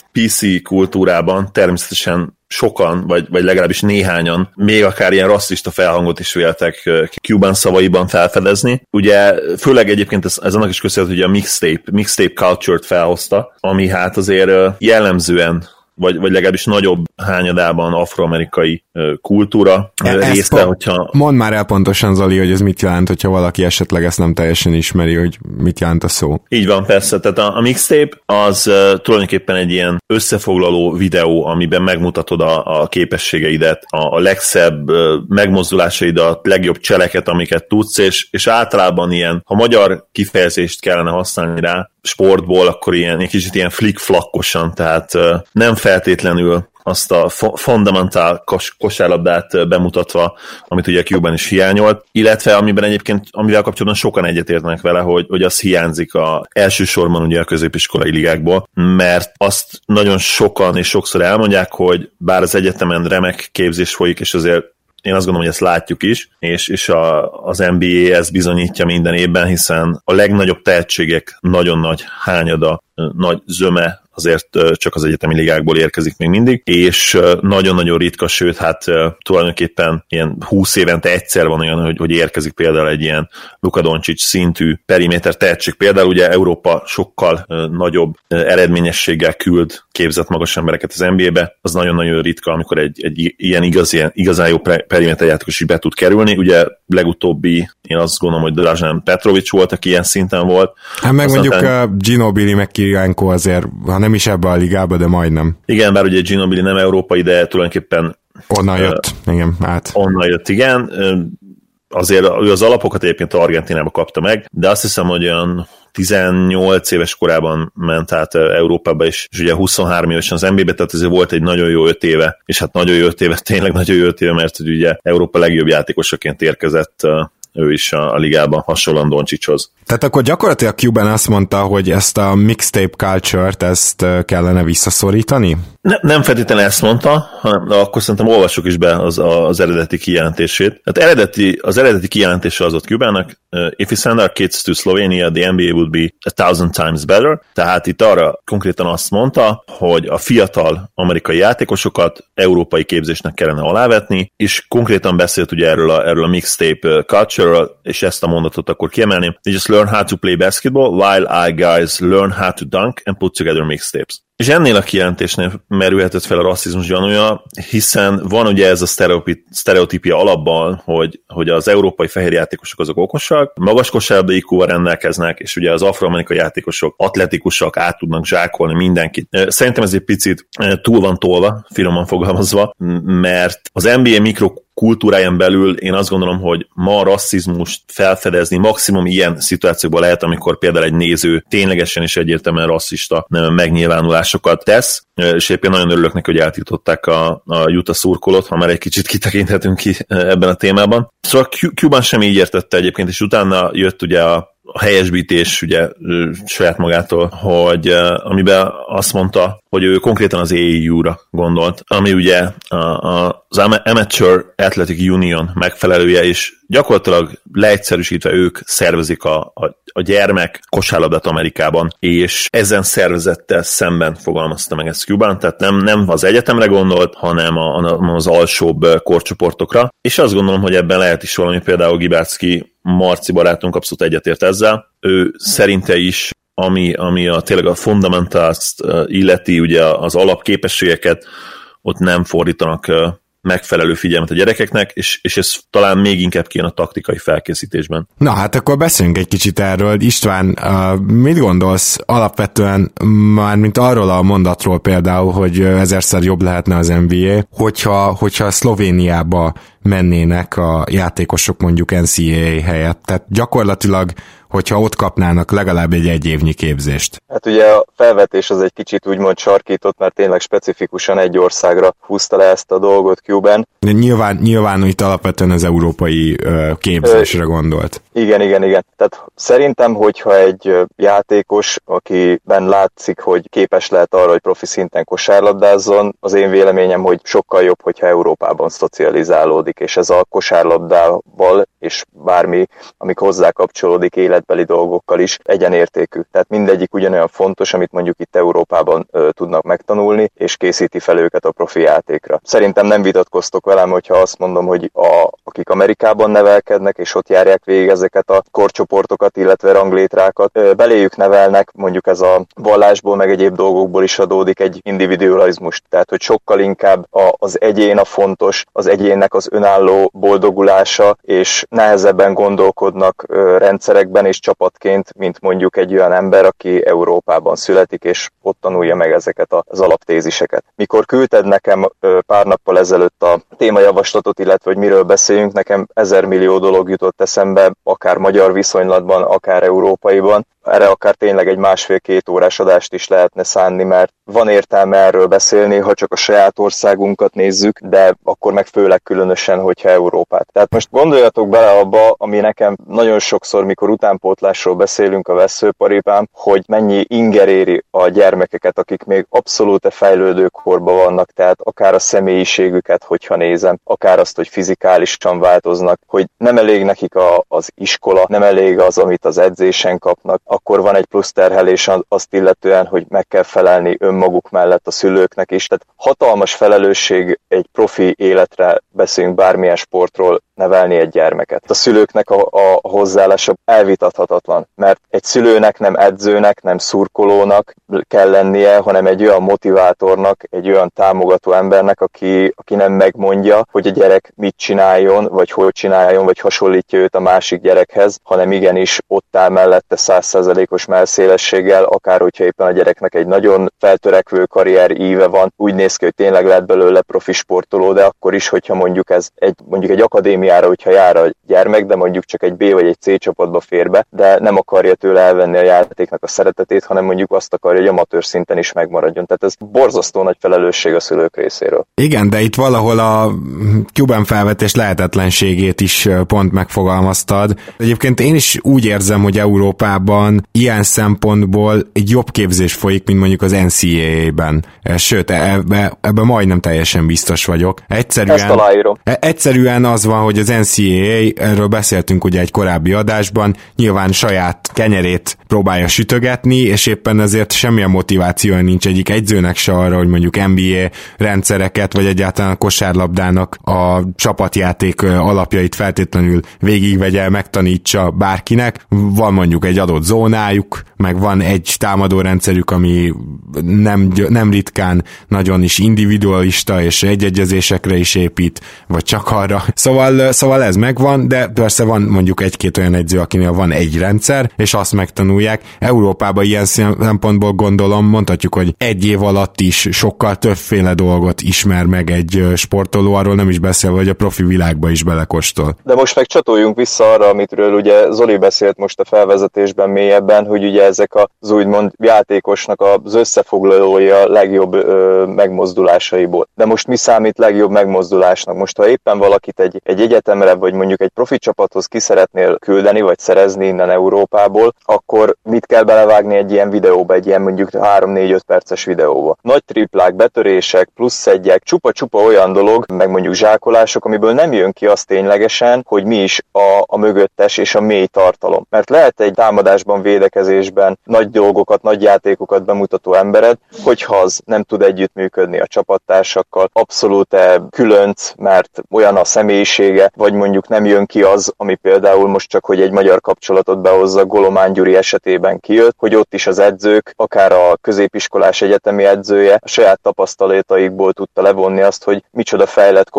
Speaker 4: PC kultúrában természetesen sokan, vagy legalábbis néhányan, még akár ilyen rasszista felhangot is véltek Cuban szavaiban felfedezni. Ugye főleg egyébként ez annak is köszönhető, hogy a mixtape culture-t felhozta, ami azért jellemzően vagy legalábbis nagyobb hányadában afroamerikai kultúra része, hogyha...
Speaker 3: Mondd már el pontosan, Zoli, hogy ez mit jelent, hogyha valaki esetleg ezt nem teljesen ismeri, hogy mit jelent a szó.
Speaker 4: Így van, persze. Tehát a mixtape az tulajdonképpen egy ilyen összefoglaló videó, amiben megmutatod a képességeidet, a legszebb megmozdulásaidat, legjobb cseleket, amiket tudsz, és általában ilyen, ha magyar kifejezést kellene használni rá, sportból, akkor egy kicsit ilyen flick-flakkosan, tehát nem feltétlenül azt a fundamental kosárlabdát bemutatva, amit ugye Cuban is hiányolt, illetve amivel kapcsolatban sokan egyetértenek vele, hogy az hiányzik elsősorban ugye a középiskolai ligákból, mert azt nagyon sokan és sokszor elmondják, hogy bár az egyetemen remek képzés folyik, és azért én azt gondolom, hogy ezt látjuk is, és az NBA ezt bizonyítja minden évben, hiszen a legnagyobb tehetségek nagyon nagy hányada, nagy zöme azért csak az egyetemi ligákból érkezik még mindig, és nagyon-nagyon ritka, sőt, hát tulajdonképpen ilyen 20 évente egyszer van olyan, hogy érkezik például egy ilyen Luka Doncic szintű periméter tehetség. Például ugye Európa sokkal nagyobb eredményességgel küld képzett magas embereket az NBA-be, az nagyon-nagyon ritka, amikor egy ilyen igazán jó periméter játékos is be tud kerülni. Ugye legutóbbi, én azt gondolom, hogy Dražen Petrović volt, aki ilyen szinten volt.
Speaker 3: Hát meg mondjuk Ginobili meg Kirilenko azért, ha nem is ebbe a ligába, de majdnem.
Speaker 4: Igen, bár ugye Ginobili nem európai, de tulajdonképpen
Speaker 3: onnan jött, igen, át.
Speaker 4: Onnan jött, igen. Azért ő az alapokat egyébként Argentinába kapta meg, de azt hiszem, hogy olyan 18 éves korában ment át Európába, és ugye 23 évesen az NBA-be, tehát ezért volt egy nagyon jó 5 éve, és hát nagyon jó 5 éve, tényleg nagyon jó 5 éve, mert ugye Európa legjobb játékosaként érkezett ő is a ligában, hasonlóan Doncichoz.
Speaker 3: Tehát akkor gyakorlatilag Cuban azt mondta, hogy ezt a mixtape culture-t, ezt kellene visszaszorítani? Nem
Speaker 4: feltétlenül ezt mondta, hanem akkor szerintem olvassuk is be az eredeti kijelentését. Hát az eredeti kijelentése az ott Cubannak, if we send our kids to Slovenia, the NBA would be 1000 times better. Tehát itt arra konkrétan azt mondta, hogy a fiatal amerikai játékosokat európai képzésnek kellene alávetni, és konkrétan beszélt ugye erről a mixtape culture-ről, és ezt a mondatot akkor kiemelném. They just learn how to play basketball, while I guys learn how to dunk and put together mixtapes. És ennél a kijelentésnél merülhetett fel a rasszizmus gyanúja, hiszen van ugye ez a sztereotípia alapban, hogy az európai fehér játékosok azok okosak, magas kosárlabda IQ-val rendelkeznek, és ugye az afroamerikai játékosok atletikusak, át tudnak zsákolni mindenkit. Szerintem ez egy picit túl van tolva, finoman fogalmazva, mert az NBA mikrokultúráján belül én azt gondolom, hogy ma a rasszizmust felfedezni maximum ilyen szituációkban lehet, amikor például egy néző ténylegesen is egyértelműen rasszista megnyilvánulásokat tesz, és éppen nagyon örülök neki, hogy eltiltották a Utah szurkolót, ha már egy kicsit kitekinthetünk ki ebben a témában. Szóval Cuban sem így értette egyébként, és utána jött ugye a helyesbítés ugye saját magától, hogy amiben azt mondta, hogy ő konkrétan az AAU-ra gondolt, ami ugye az Amateur Athletic Union megfelelője, és gyakorlatilag leegyszerűsítve ők szervezik a gyermek kosárlabdát Amerikában, és ezen szervezettel szemben fogalmazta meg ezt Cuban, tehát nem az egyetemre gondolt, hanem az alsóbb korcsoportokra, és azt gondolom, hogy ebben lehet is valami, például Gibácki Marci barátunk abszolút egyetért ezzel. Ő szerinte is, ami tényleg a fundamentals illeti, ugye az alapképességeket, ott nem fordítanak megfelelő figyelmet a gyerekeknek, és ez talán még inkább kijön a taktikai felkészítésben.
Speaker 3: Na hát akkor beszéljünk egy kicsit erről. István, mit gondolsz alapvetően már mint arról a mondatról például, hogy ezerszer jobb lehetne az NBA, hogyha Szlovéniába mennének a játékosok mondjuk NCAA helyett. Tehát gyakorlatilag, hogyha ott kapnának legalább egy évnyi képzést.
Speaker 5: Hát ugye a felvetés az egy kicsit úgymond sarkított, mert tényleg specifikusan egy országra húzta le ezt a dolgot Cuban.
Speaker 3: Nyilván itt alapvetően az európai képzésre gondolt.
Speaker 5: Igen. Tehát szerintem, hogyha egy játékos, akiben látszik, hogy képes lehet arra, hogy profi szinten kosárlabdázzon, az én véleményem, hogy sokkal jobb, hogyha Európában szocializálódik, és ez a kosárlabdával és bármi, amik hozzá kapcsolódik életbeli dolgokkal is egyenértékű. Tehát mindegyik ugyanolyan fontos, amit mondjuk itt Európában tudnak megtanulni, és készíti fel őket a profi játékra. Szerintem nem vitatkoztok velem, hogyha azt mondom, hogy akik Amerikában nevelkednek, és ott járják végig ezeket a korcsoportokat, illetve ranglétrákat, beléjük nevelnek, mondjuk ez a vallásból, meg egyéb dolgokból is adódik egy individualizmus. Tehát, hogy sokkal inkább az egyén a fontos, az egyénnek az önálló boldogulása, és nehezebben gondolkodnak rendszerekben és csapatként, mint mondjuk egy olyan ember, aki Európában születik, és ott tanulja meg ezeket az alaptéziseket. Mikor küldted nekem pár nappal ezelőtt a témajavaslatot, illetve hogy miről beszéljünk, nekem 1000 millió dolog jutott eszembe, akár magyar viszonylatban, akár európaiban. erre akár tényleg egy 1,5-2 órás adást is lehetne szánni, mert van értelme erről beszélni, ha csak a saját országunkat nézzük, de akkor meg főleg különösen, hogyha Európát. Tehát most gondoljatok bele abba, ami nekem nagyon sokszor, mikor utánpótlásról beszélünk a veszőparipám, hogy mennyi inger éri a gyermekeket, akik még abszolút fejlődő korban vannak, tehát akár a személyiségüket, hogyha nézem, akár azt, hogy fizikálisan változnak, hogy nem elég nekik az iskola, nem elég az, amit az edzésen kapnak, akkor van egy plusz terhelés azt illetően, hogy meg kell felelni önmaguk mellett a szülőknek is. Tehát hatalmas felelősség egy profi életre, beszélünk bármilyen sportról, nevelni egy gyermeket. A szülőknek a hozzáállása elvitathatatlan, mert egy szülőnek nem edzőnek, nem szurkolónak kell lennie, hanem egy olyan motivátornak, egy olyan támogató embernek, aki nem megmondja, hogy a gyerek mit csináljon, vagy hogy csináljon, vagy hasonlítja őt a másik gyerekhez, hanem igenis ott áll mellette 100%-os mellszélességgel, akár hogyha éppen a gyereknek egy nagyon feltörekvő karrier íve van, úgy néz ki, hogy tényleg lehet belőle profi sportoló, de akkor is, hogyha mondjuk ez egy akadémiára, hogyha jár a gyermek, de mondjuk csak egy B vagy egy C csapatba fér be, de nem akarja tőle elvenni a játéknak a szeretetét, hanem mondjuk azt akarja, hogy amatőr szinten is megmaradjon. Tehát ez borzasztó nagy felelősség a szülők részéről.
Speaker 3: Igen, de itt valahol a Cuban felvetés lehetetlenségét is pont megfogalmaztad. Egyébként én is úgy érzem, hogy Európában ilyen szempontból egy jobb képzés folyik, mint mondjuk az NCAA-ben. Sőt, ebben majdnem teljesen biztos vagyok. Egyszerűen az van, hogy az NCAA, erről beszéltünk ugye egy korábbi adásban, nyilván saját kenyerét próbálja sütögetni, és éppen ezért semmilyen motivációja nincs egyik edzőnek se arra, hogy mondjuk NBA rendszereket, vagy egyáltalán a kosárlabdának a csapatjáték alapjait feltétlenül végigvegye, megtanítsa bárkinek. Van mondjuk egy adott zónájuk, meg van egy támadórendszerük, ami nem ritkán nagyon is individualista, és egyegyezésekre is épít, vagy csak arra. Szóval ez megvan, de persze van mondjuk egy-két olyan edző, akinél van egy rendszer, és azt megtanulják. Európában ilyen szempontból gondolom, mondhatjuk, hogy egy év alatt is sokkal többféle dolgot ismer meg egy sportoló, arról nem is beszélve, hogy a profi világba is belekóstol.
Speaker 5: De most meg csatoljunk vissza arra, amitről ugye Zoli beszélt most a felvezetésben mélyebben, hogy ugye ezek az úgymond játékosnak az összefoglalója legjobb megmozdulásaiból. De most mi számít legjobb megmozdulásnak? Most ha éppen valakit egy egyetemre, vagy mondjuk egy profi csapathoz ki szeretnél küldeni, vagy szerezni innen Európából, akkor mit kell belevágni egy ilyen videóba, egy ilyen mondjuk 3-4-5 perces videóba? Nagy triplák, betörések, plusz egyek, csupa-csupa olyan dolog, meg mondjuk zsákolások, amiből nem jön ki az ténylegesen, hogy mi is a mögöttes és a mély tartalom. Mert lehet egy támadásban, védekezésben nagy dolgokat, nagy játékokat bemutató embered, hogyha az nem tud együttműködni a csapattársakkal, abszolút különc, mert olyan a személyisége, vagy mondjuk nem jön ki az, ami például most csak, hogy egy magyar kapcsolatot behozza, Golomán Gyuri esetében kijött, hogy ott is az edzők, akár a középiskolás egyetemi edzője a saját tapasztalataikból tudta levonni azt, hogy micsoda fejlett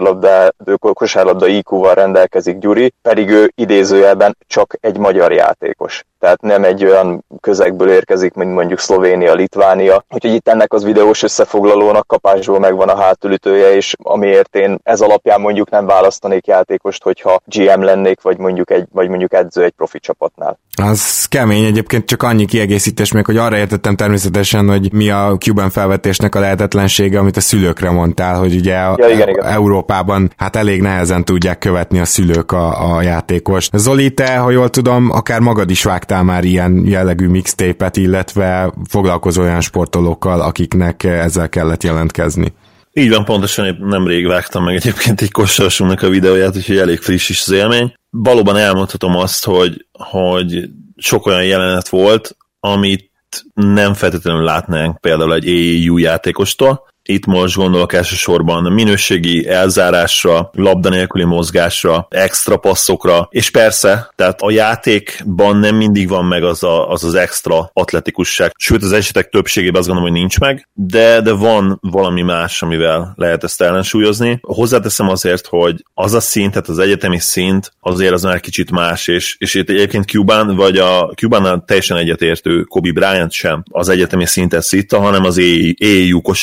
Speaker 5: kosárlabda IQ-val rendelkezik Gyuri, pedig ő idézőjelben csak egy magyar játékos. Tehát nem egy olyan közegből érkezik, mint mondjuk Szlovénia, Litvánia. Úgyhogy itt ennek az videós összefoglalónak kapásból megvan a hátulütője, és amiért én ez alapján mondjuk nem választanék játékost, hogyha GM lennék, vagy mondjuk edző egy profi csapatnál.
Speaker 3: Az kemény, egyébként csak annyi kiegészítés még, hogy arra értettem természetesen, hogy mi a Cuban felvetésnek a lehetetlensége, amit a szülőkre mondtál, hogy ugye igen. Európában hát elég nehezen tudják követni a szülők a játékost. Zoli, te, ha jól tudom, akár magad is vágtál már ilyen jellegű mixtape-et, illetve foglalkozó olyan sportolókkal, akiknek ezzel kellett jelentkezni.
Speaker 4: Így van, pontosan épp nemrég vágtam meg egyébként egy kosarasunknak a videóját, úgyhogy elég friss is az élmény. Valóban elmondhatom azt, hogy sok olyan jelenet volt, amit nem feltétlenül látnánk például egy AAU játékostól. Itt most gondolok elsősorban minőségi elzárásra, labda nélküli mozgásra, extra passzokra, és persze, tehát a játékban nem mindig van meg az extra atletikusság, sőt az esetek többségében azt gondolom, hogy nincs meg, de van valami más, amivel lehet ezt ellensúlyozni. Hozzáteszem azért, hogy az a szint, tehát az egyetemi szint azért az már kicsit más, és itt egyébként Cuban, vagy a Cubannál teljesen egyetértő Kobe Bryant sem az egyetemi szintet szitta, hanem az AAU kosárlabdát,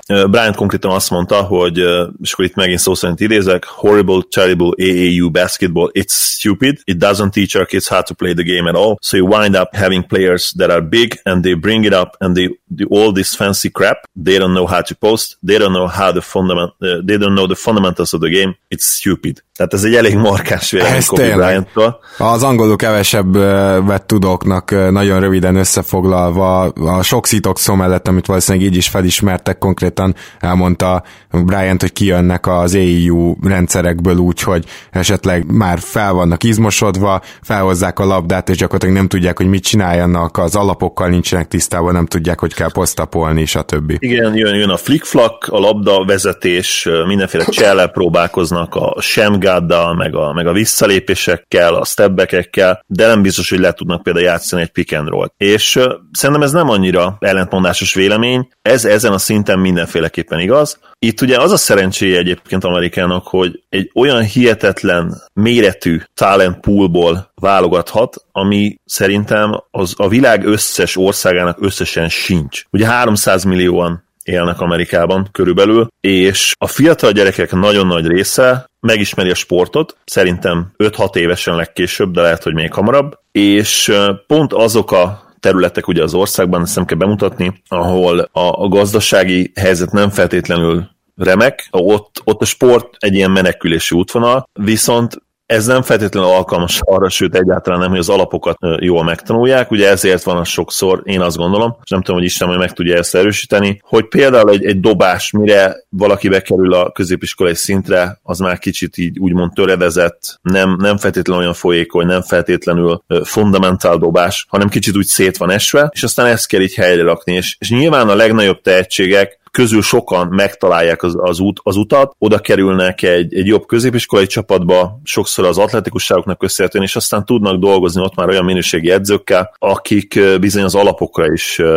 Speaker 4: Bryant konkrétan azt mondta, hogy, és akkor itt megint szó szerint idézek, horrible, terrible AAU basketball, it's stupid, it doesn't teach our kids how to play the game at all, so you wind up having players that are big, and they bring it up, and they do all this fancy crap, they don't know how to post, they don't know how they don't know the fundamentals of the game, it's stupid. Tehát ez egy elég markáns vélemény Kobe Bryant-tól.
Speaker 3: Az angolul kevesebbet tudóknak nagyon röviden összefoglalva, a sok szitok szó mellett, amit valószínűleg így is felismertek, konkrétan elmondta Bryant, hogy kijönnek az AEU rendszerekből úgy, hogy esetleg már fel vannak izmosodva, felhozzák a labdát, és gyakorlatilag nem tudják, hogy mit csináljanak, az alapokkal nincsenek tisztában, nem tudják, hogy kell posztapolni, stb.
Speaker 4: Igen, jön a flick-flak, a labda vezetés, mindenféle csellel próbálkoznak, a semgáddal, meg a visszalépésekkel, a stepbackekkel, de nem biztos, hogy le tudnak például játszani egy pick and roll. És szerintem ez nem annyira ellentmondásos vélemény, ez ezen a szinten mindenféleképpen igaz. Itt ugye az a szerencséje egyébként Amerikának, hogy egy olyan hihetetlen méretű talent poolból válogathat, ami szerintem a világ összes országának összesen sincs. Ugye 300 millióan élnek Amerikában körülbelül, és a fiatal gyerekek nagyon nagy része megismeri a sportot, szerintem 5-6 évesen legkésőbb, de lehet, hogy még hamarabb, és pont azok a területek ugye az országban, ezt nem kell bemutatni, ahol a gazdasági helyzet nem feltétlenül remek, ott a sport egy ilyen menekülési útvonal, viszont ez nem feltétlenül alkalmas arra, sőt egyáltalán nem, hogy az alapokat jól megtanulják, ugye ezért van az sokszor, én azt gondolom, és nem tudom, hogy Isten majd meg tudja ezt erősíteni, hogy például egy dobás, mire valaki bekerül a középiskolai szintre, az már kicsit így úgymond töredezett, nem feltétlenül olyan folyékony, nem feltétlenül fundamentál dobás, hanem kicsit úgy szét van esve, és aztán ezt kell így helyre rakni, és nyilván a legnagyobb tehetségek közül sokan megtalálják az utat, oda kerülnek egy jobb középiskolai csapatba, sokszor az atletikusságoknak köszönhetően, és aztán tudnak dolgozni ott már olyan minőségi edzőkkel, akik bizony az alapokra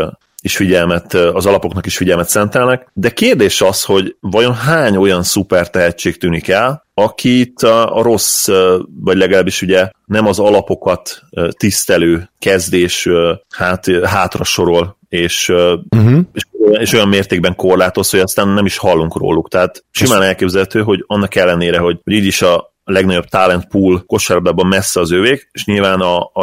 Speaker 4: is figyelmet, az alapoknak is figyelmet szentelnek. De kérdés az, hogy vajon hány olyan szuper tehetség tűnik el, akit a rossz, vagy legalábbis ugye nem az alapokat tisztelő kezdés hátra sorol, és olyan mértékben korlátoz, hogy aztán nem is hallunk róluk. Tehát simán elképzelhető, hogy annak ellenére, hogy így is a legnagyobb talent pool kosárlabdában messze az övék, és nyilván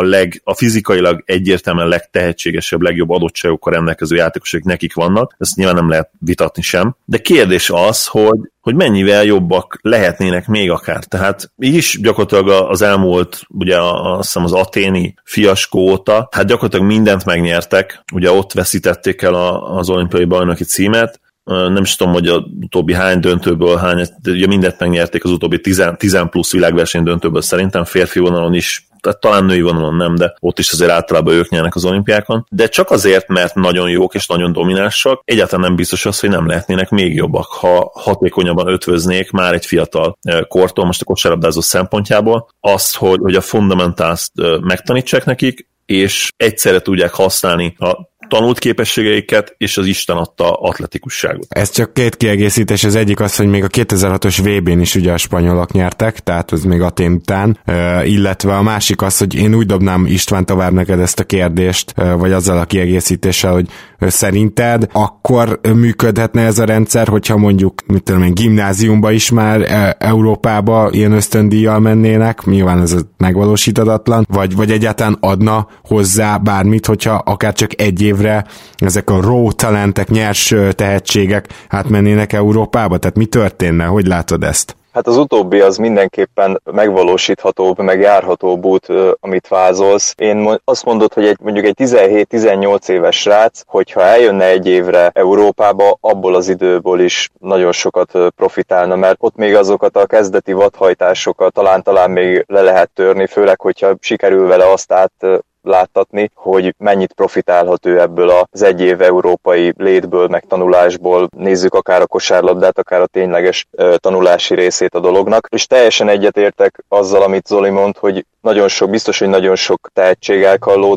Speaker 4: a fizikailag egyértelműen legtehetségesebb, legjobb adottságokkal rendelkező játékosok nekik vannak, ezt nyilván nem lehet vitatni sem. De kérdés az, hogy mennyivel jobbak lehetnének még akár. Tehát így is gyakorlatilag az elmúlt, ugye azt hiszem az aténi fiaskó óta, hát gyakorlatilag mindent megnyertek, ugye ott veszítették el az olimpiai bajnoki címet, nem is tudom, hogy az utóbbi hány döntőből, ugye mindent megnyerték az utóbbi 10 plusz világverseny döntőből szerintem, férfi vonalon is, tehát talán női vonalon nem, de ott is azért általában ők nyernek az olimpiákon, de csak azért, mert nagyon jók és nagyon dominánsak, egyáltalán nem biztos az, hogy nem lehetnének még jobbak, ha hatékonyabban ötvöznék már egy fiatal kortól, most a kosárlabdázó szempontjából, azt, hogy a fundamentást megtanítsák nekik, és egyszerre tudják használni a tanult képességeiket és az Isten adta atletikusságot.
Speaker 3: Ez csak két kiegészítés, az egyik az, hogy még a 2006-os VB-n is ugye a spanyolok nyertek, tehát az még Atén után, illetve a másik az, hogy én úgy dobnám István tovább neked ezt a kérdést, vagy azzal a kiegészítéssel, hogy szerinted akkor működhetne ez a rendszer, hogyha mondjuk, mit tudom én, gimnáziumba is már Európába ilyen ösztöndíjjal mennének, nyilván ez megvalósíthatatlan, vagy egyáltalán adna hozzá bármit, hogyha akár csak egy évre ezek a raw talentek, nyers tehetségek átmennének Európába? Tehát mi történne? Hogy látod ezt?
Speaker 5: Hát az utóbbi az mindenképpen megvalósíthatóbb, meg járhatóbb út, amit vázolsz. Én azt mondod, hogy mondjuk egy 17-18 éves srác, hogyha eljönne egy évre Európába, abból az időből is nagyon sokat profitálna, mert ott még azokat a kezdeti vadhajtásokat talán még le lehet törni, főleg, hogyha sikerül vele azt láttatni, hogy mennyit profitálhat ő ebből az egy év európai létből, meg tanulásból. Nézzük akár a kosárlabdát, akár a tényleges tanulási részét a dolognak. És teljesen egyetértek azzal, amit Zoli mond, hogy biztos, hogy nagyon sok tehetség elkallódik,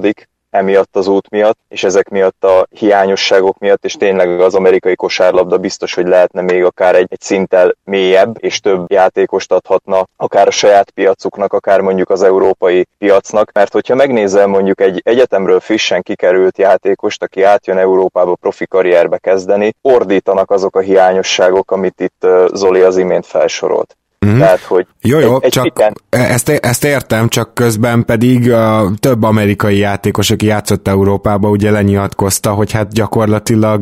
Speaker 5: emiatt az út miatt, és ezek miatt a hiányosságok miatt, és tényleg az amerikai kosárlabda biztos, hogy lehetne még akár egy szinttel mélyebb, és több játékost adhatna, akár a saját piacuknak, akár mondjuk az európai piacnak, mert hogyha megnézel mondjuk egy egyetemről frissen kikerült játékost, aki átjön Európába profi karrierbe kezdeni, ordítanak azok a hiányosságok, amit itt Zoli az imént felsorolt. Tehát, hogy
Speaker 3: jó, csak ezt értem, csak közben pedig több amerikai játékos, aki játszott Európába, ugye lenyilatkozta, hogy hát gyakorlatilag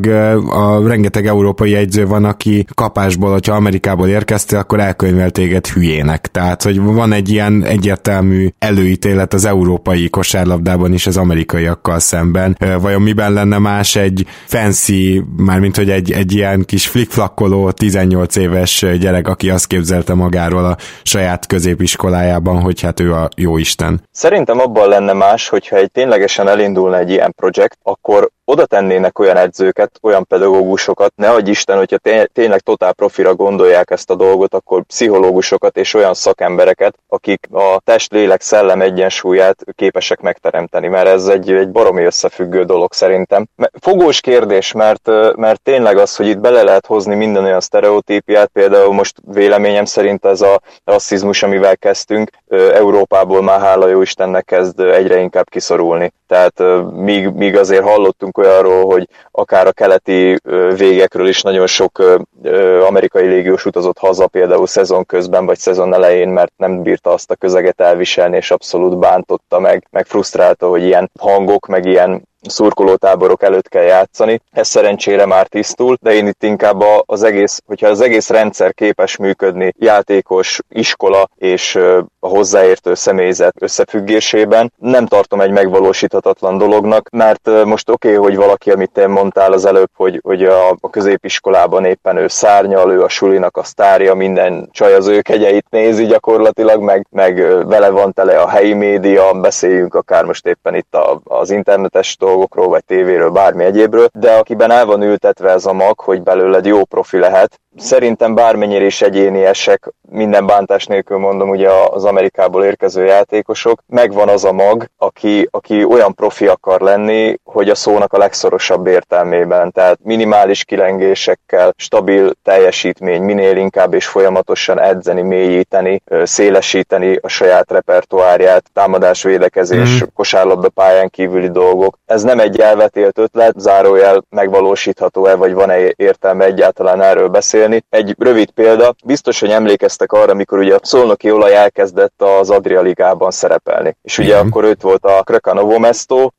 Speaker 3: a rengeteg európai edző van, aki kapásból, hogyha Amerikából érkeztél, akkor elkönyvel téged hülyének. Tehát, hogy van egy ilyen egyértelmű előítélet az európai kosárlabdában is az amerikaiakkal szemben. Vajon miben lenne más egy fancy, mármint hogy egy ilyen kis flickflakkoló 18 éves gyerek, aki azt képzelte magáról a saját középiskolájában, hogy hát ő a jóisten.
Speaker 5: Szerintem abban lenne más, hogyha ténylegesen elindulna egy ilyen projekt, akkor oda tennének olyan edzőket, olyan pedagógusokat, ne adj Isten, hogyha tényleg totál profira gondolják ezt a dolgot, akkor pszichológusokat és olyan szakembereket, akik a test-lélek-szellem egyensúlyát képesek megteremteni, mert ez egy baromi összefüggő dolog szerintem. Fogós kérdés, mert tényleg az, hogy itt bele lehet hozni minden olyan sztereotípiát, például most véleményem szerint ez a rasszizmus, amivel kezdtünk, Európából már hála jó Istennek kezd egyre inkább kiszorulni. Tehát míg azért hallottunk olyanról, hogy akár a keleti végekről is nagyon sok amerikai légiós utazott haza, például szezon közben vagy szezon elején, mert nem bírta azt a közeget elviselni, és abszolút bántotta meg frusztrálta, hogy ilyen hangok, meg ilyen szurkolótáborok előtt kell játszani. Ez szerencsére már tisztul, de én itt inkább hogyha az egész rendszer képes működni játékos, iskola és a hozzáértő személyzet összefüggésében, nem tartom egy megvalósíthatatlan dolognak, mert most oké, hogy valaki, amit te mondtál az előbb, hogy a középiskolában éppen ő szárnyal, ő a sulinak a sztárja, minden csaj az ő kegyeit nézi gyakorlatilag, meg vele van tele a helyi média, beszéljünk akár most éppen itt az internetes dolgokról, vagy tévéről, bármi egyébről, de akiben el van ültetve ez a mag, hogy belőled jó profi lehet, szerintem bármennyire is egyéniesek, minden bántás nélkül mondom, ugye az Amerikából érkező játékosok, megvan az a mag, aki olyan profi akar lenni, hogy a szónak a legszorosabb értelmében, tehát minimális kilengésekkel, stabil teljesítmény, minél inkább és folyamatosan edzeni, mélyíteni, szélesíteni a saját repertoárját, támadás, védekezés, kosárlabda pályán kívüli dolgok. Ez nem egy elvetélt ötlet, zárójel megvalósítható-e, vagy van-e értelme egyáltalán erről beszélni. Egy rövid példa, biztos, hogy emlékeztek arra, amikor ugye a Szolnoki Olaj elkezdett az Adria Ligában szerepelni. És ugye akkor őt volt a Krka Novo Mesto,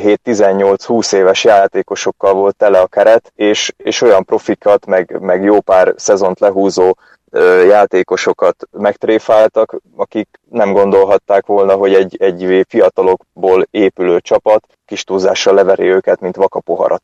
Speaker 5: 17-18-20 éves játékosokkal volt tele a keret, és olyan profikat, meg jó pár szezont lehúzó játékosokat megtréfáltak, akik nem gondolhatták volna, hogy egy fiatalokból épülő csapat kis túlzással leveri őket, mint vakapoharat.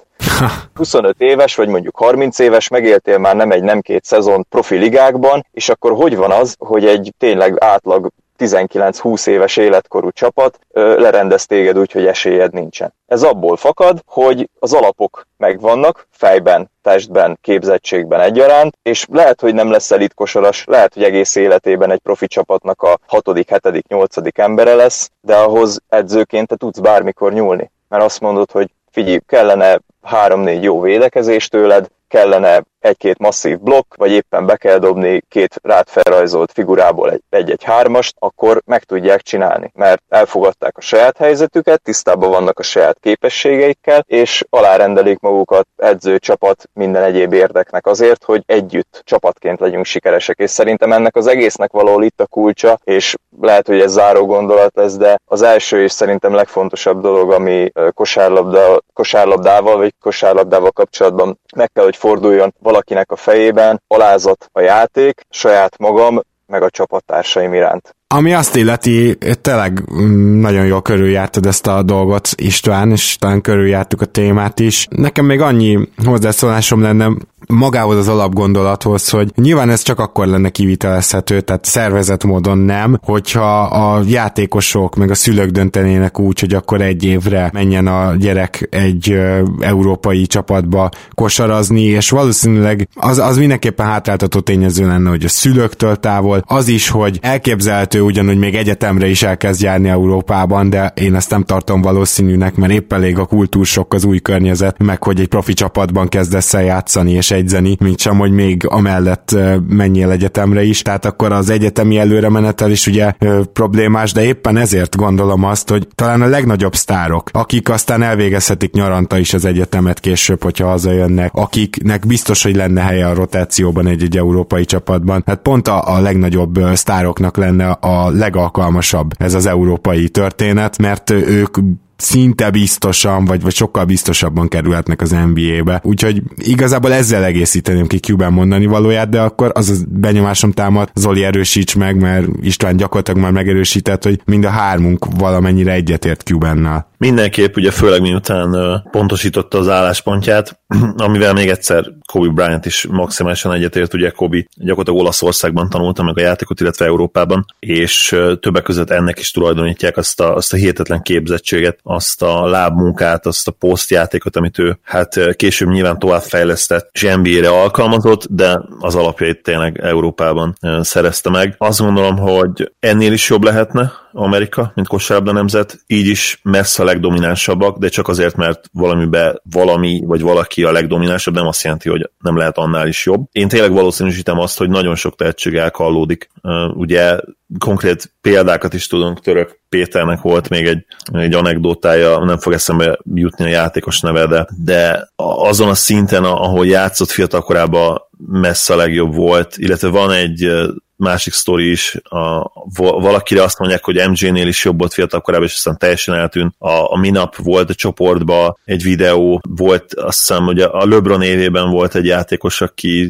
Speaker 5: 25 éves, vagy mondjuk 30 éves, megéltél már nem két szezon profi ligákban, és akkor hogy van az, hogy egy tényleg átlag 19-20 éves életkorú csapat lerendez téged úgy, hogy esélyed nincsen. Ez abból fakad, hogy az alapok megvannak, fejben, testben, képzettségben egyaránt, és lehet, hogy nem lesz elitkosaras, lehet, hogy egész életében egy profi csapatnak a 6., 7., 8. embere lesz, de ahhoz edzőként te tudsz bármikor nyúlni. Mert azt mondod, hogy figyelj, kellene 3-4 jó védekezés tőled, kellene 1-2 masszív blokk, vagy éppen be kell dobni 2 rád felrajzolt figurából egy 3-ast, akkor meg tudják csinálni, mert elfogadták a saját helyzetüket, tisztában vannak a saját képességeikkel, és alárendelik magukat edző, csapat, minden egyéb érdeknek azért, hogy együtt csapatként legyünk sikeresek, és szerintem ennek az egésznek valahol itt a kulcsa, és lehet, hogy ez záró gondolat lesz, de az első és szerintem legfontosabb dolog, ami kosárlabdával vagy kosárlabdával kapcsolatban meg kell, hogy forduljon valakinek a fejében, alázat a játék, saját magam, meg a csapattársaim iránt.
Speaker 3: Ami azt illeti, tényleg nagyon jól körüljártad ezt a dolgot, István, és talán körüljártuk a témát is. Nekem még annyi hozzászólásom lenne, magához az alapgondolathoz, hogy nyilván ez csak akkor lenne kivitelezhető, tehát szervezett módon nem, hogyha a játékosok meg a szülők döntenének úgy, hogy akkor egy évre menjen a gyerek egy európai csapatba kosarazni, és valószínűleg az mindenképpen hátráltató tényező lenne, hogy a szülőktől távol, az is, hogy elképzelhető ugyanúgy még egyetemre is elkezd járni Európában, de én ezt nem tartom valószínűnek, mert épp elég a kultúrsokk, az új környezet, meg hogy egy profi csapatban kezdesz el játszani és edzeni, mint sem, hogy még amellett menjél egyetemre is, tehát akkor az egyetemi előremenetel is ugye problémás, de éppen ezért gondolom azt, hogy talán a legnagyobb sztárok, akik aztán elvégezhetik nyaranta is az egyetemet később, hogyha hazajönnek, akiknek biztos, hogy lenne helye a rotációban egy európai csapatban, hát pont a legnagyobb sztároknak lenne a legalkalmasabb ez az európai történet, mert ők szinte biztosan, vagy sokkal biztosabban kerülhetnek az NBA-be. Úgyhogy igazából ezzel egészíteném ki Cuban mondani valóját, de akkor az a benyomásom támad, Zoli erősíts meg, mert István gyakorlatilag már megerősített, hogy mind a hármunk valamennyire egyetért Cubannal.
Speaker 4: Mindenképp, ugye főleg miután pontosította az álláspontját, amivel még egyszer Kobe Bryant is maximálisan egyetért, ugye Kobe gyakorlatilag Olaszországban tanulta meg a játékot, illetve Európában, és többek között ennek is tulajdonítják azt a hihetetlen képzettséget, azt a lábmunkát, azt a posztjátékot, amit ő hát később nyilván továbbfejlesztett, és NBA-re alkalmazott, de az alapjait tényleg Európában szerezte meg. Azt gondolom, hogy ennél is jobb lehetne Amerika, mint kosárlabda nemzet, így is messze a legdominánsabbak, de csak azért, mert valami vagy valaki a legdominánsabb, nem azt jelenti, hogy nem lehet annál is jobb. Én tényleg valószínűsítem azt, hogy nagyon sok tehetség elkallódik. Ugye konkrét példákat is tudunk, Török Péternek volt még egy anekdótája, nem fog eszembe jutni a játékos neve, de azon a szinten, ahol játszott fiatalkorában messze a legjobb volt, illetve van egy másik sztori is, valakire azt mondják, hogy MJ-nél is jobb volt fiatalkorában, és aztán teljesen eltűnt. A minap volt a csoportban egy videó, volt azt hiszem, hogy a LeBron évében volt egy játékos,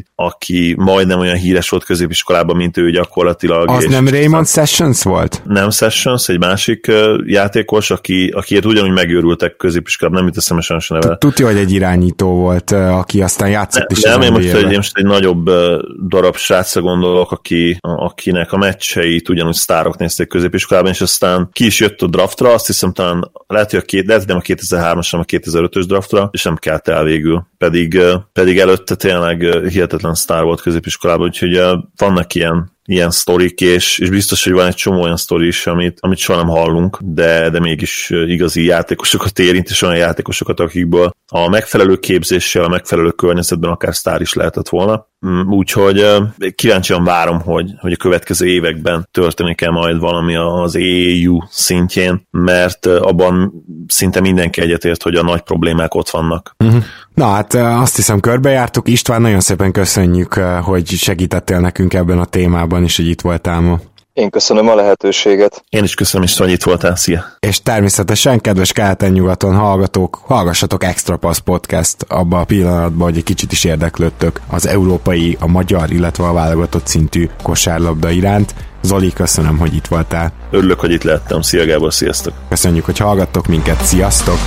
Speaker 4: aki majdnem olyan híres volt középiskolában, mint ő gyakorlatilag.
Speaker 3: Az nem Raymond Sessions volt?
Speaker 4: Nem Sessions, egy másik játékos, akiért ugyanúgy megőrültek középiskolában, nem jut eszembe sajnos neve.
Speaker 3: Tudja, hogy egy irányító volt, aki aztán játszott is.
Speaker 4: Nem, én most egy nagyobb darab srácra gondolok, akinek a meccseit ugyanúgy sztárok nézték középiskolában, és aztán ki is jött a draftra, azt hiszem talán lehet, hogy nem a 2003-as, hanem a 2005-ös draftra, és nem kelt el végül. Pedig előtte tényleg hihetetlen sztár volt középiskolában, úgyhogy vannak ilyen sztorik, és biztos, hogy van egy csomó olyan sztori is, amit soha nem hallunk, de mégis igazi játékosokat érint, és olyan játékosokat, akikből a megfelelő képzéssel, a megfelelő környezetben akár sztár is lehetett volna. Úgyhogy kíváncsian várom, hogy a következő években történik-e majd valami az AAU szintjén, mert abban szinte mindenki egyetért, hogy a nagy problémák ott vannak.
Speaker 3: Na hát azt hiszem körbejártuk. István, nagyon szépen köszönjük, hogy segítettél nekünk ebben a témában, és hogy itt voltál ma.
Speaker 5: Én köszönöm a lehetőséget.
Speaker 4: Én is köszönöm, és hogy itt voltál. Szia!
Speaker 3: És természetesen, kedves keleten-nyugaton hallgatók, hallgassatok Extra Pass Podcast abban a pillanatban, hogy egy kicsit is érdeklődtök az európai, a magyar, illetve a válogatott szintű kosárlabda iránt. Zoli, köszönöm, hogy itt voltál.
Speaker 4: Örülök, hogy itt lehettem. Szia Gábor, sziasztok!
Speaker 3: Köszönjük, hogy hallgattok minket. Sziasztok!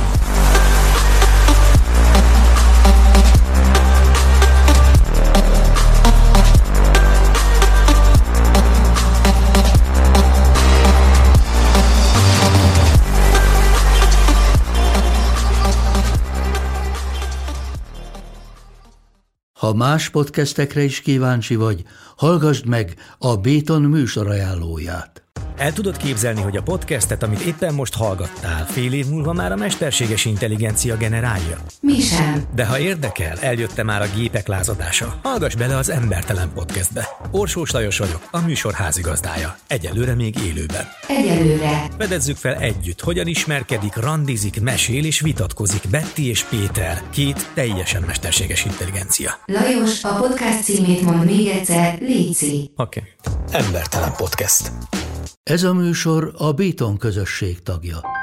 Speaker 6: Ha más podcastekre is kíváncsi vagy, hallgassd meg a Béton műsor ajánlóját.
Speaker 7: El tudod képzelni, hogy a podcastet, amit éppen most hallgattál, fél év múlva már a mesterséges intelligencia generálja?
Speaker 8: Mi sem.
Speaker 7: De ha érdekel, eljött már a gépek lázadása. Hallgass bele az Embertelen Podcastbe. Orsós Lajos vagyok, a műsor házigazdája. Egyelőre még élőben.
Speaker 8: Egyelőre.
Speaker 7: Fedezzük fel együtt, hogyan ismerkedik, randizik, mesél és vitatkozik Betty és Péter, két teljesen mesterséges intelligencia.
Speaker 8: Lajos, a podcast címét mond még egyszer, léci.
Speaker 7: Oké. Embertelen Podcast.
Speaker 6: Ez a műsor a Béton közösség tagja.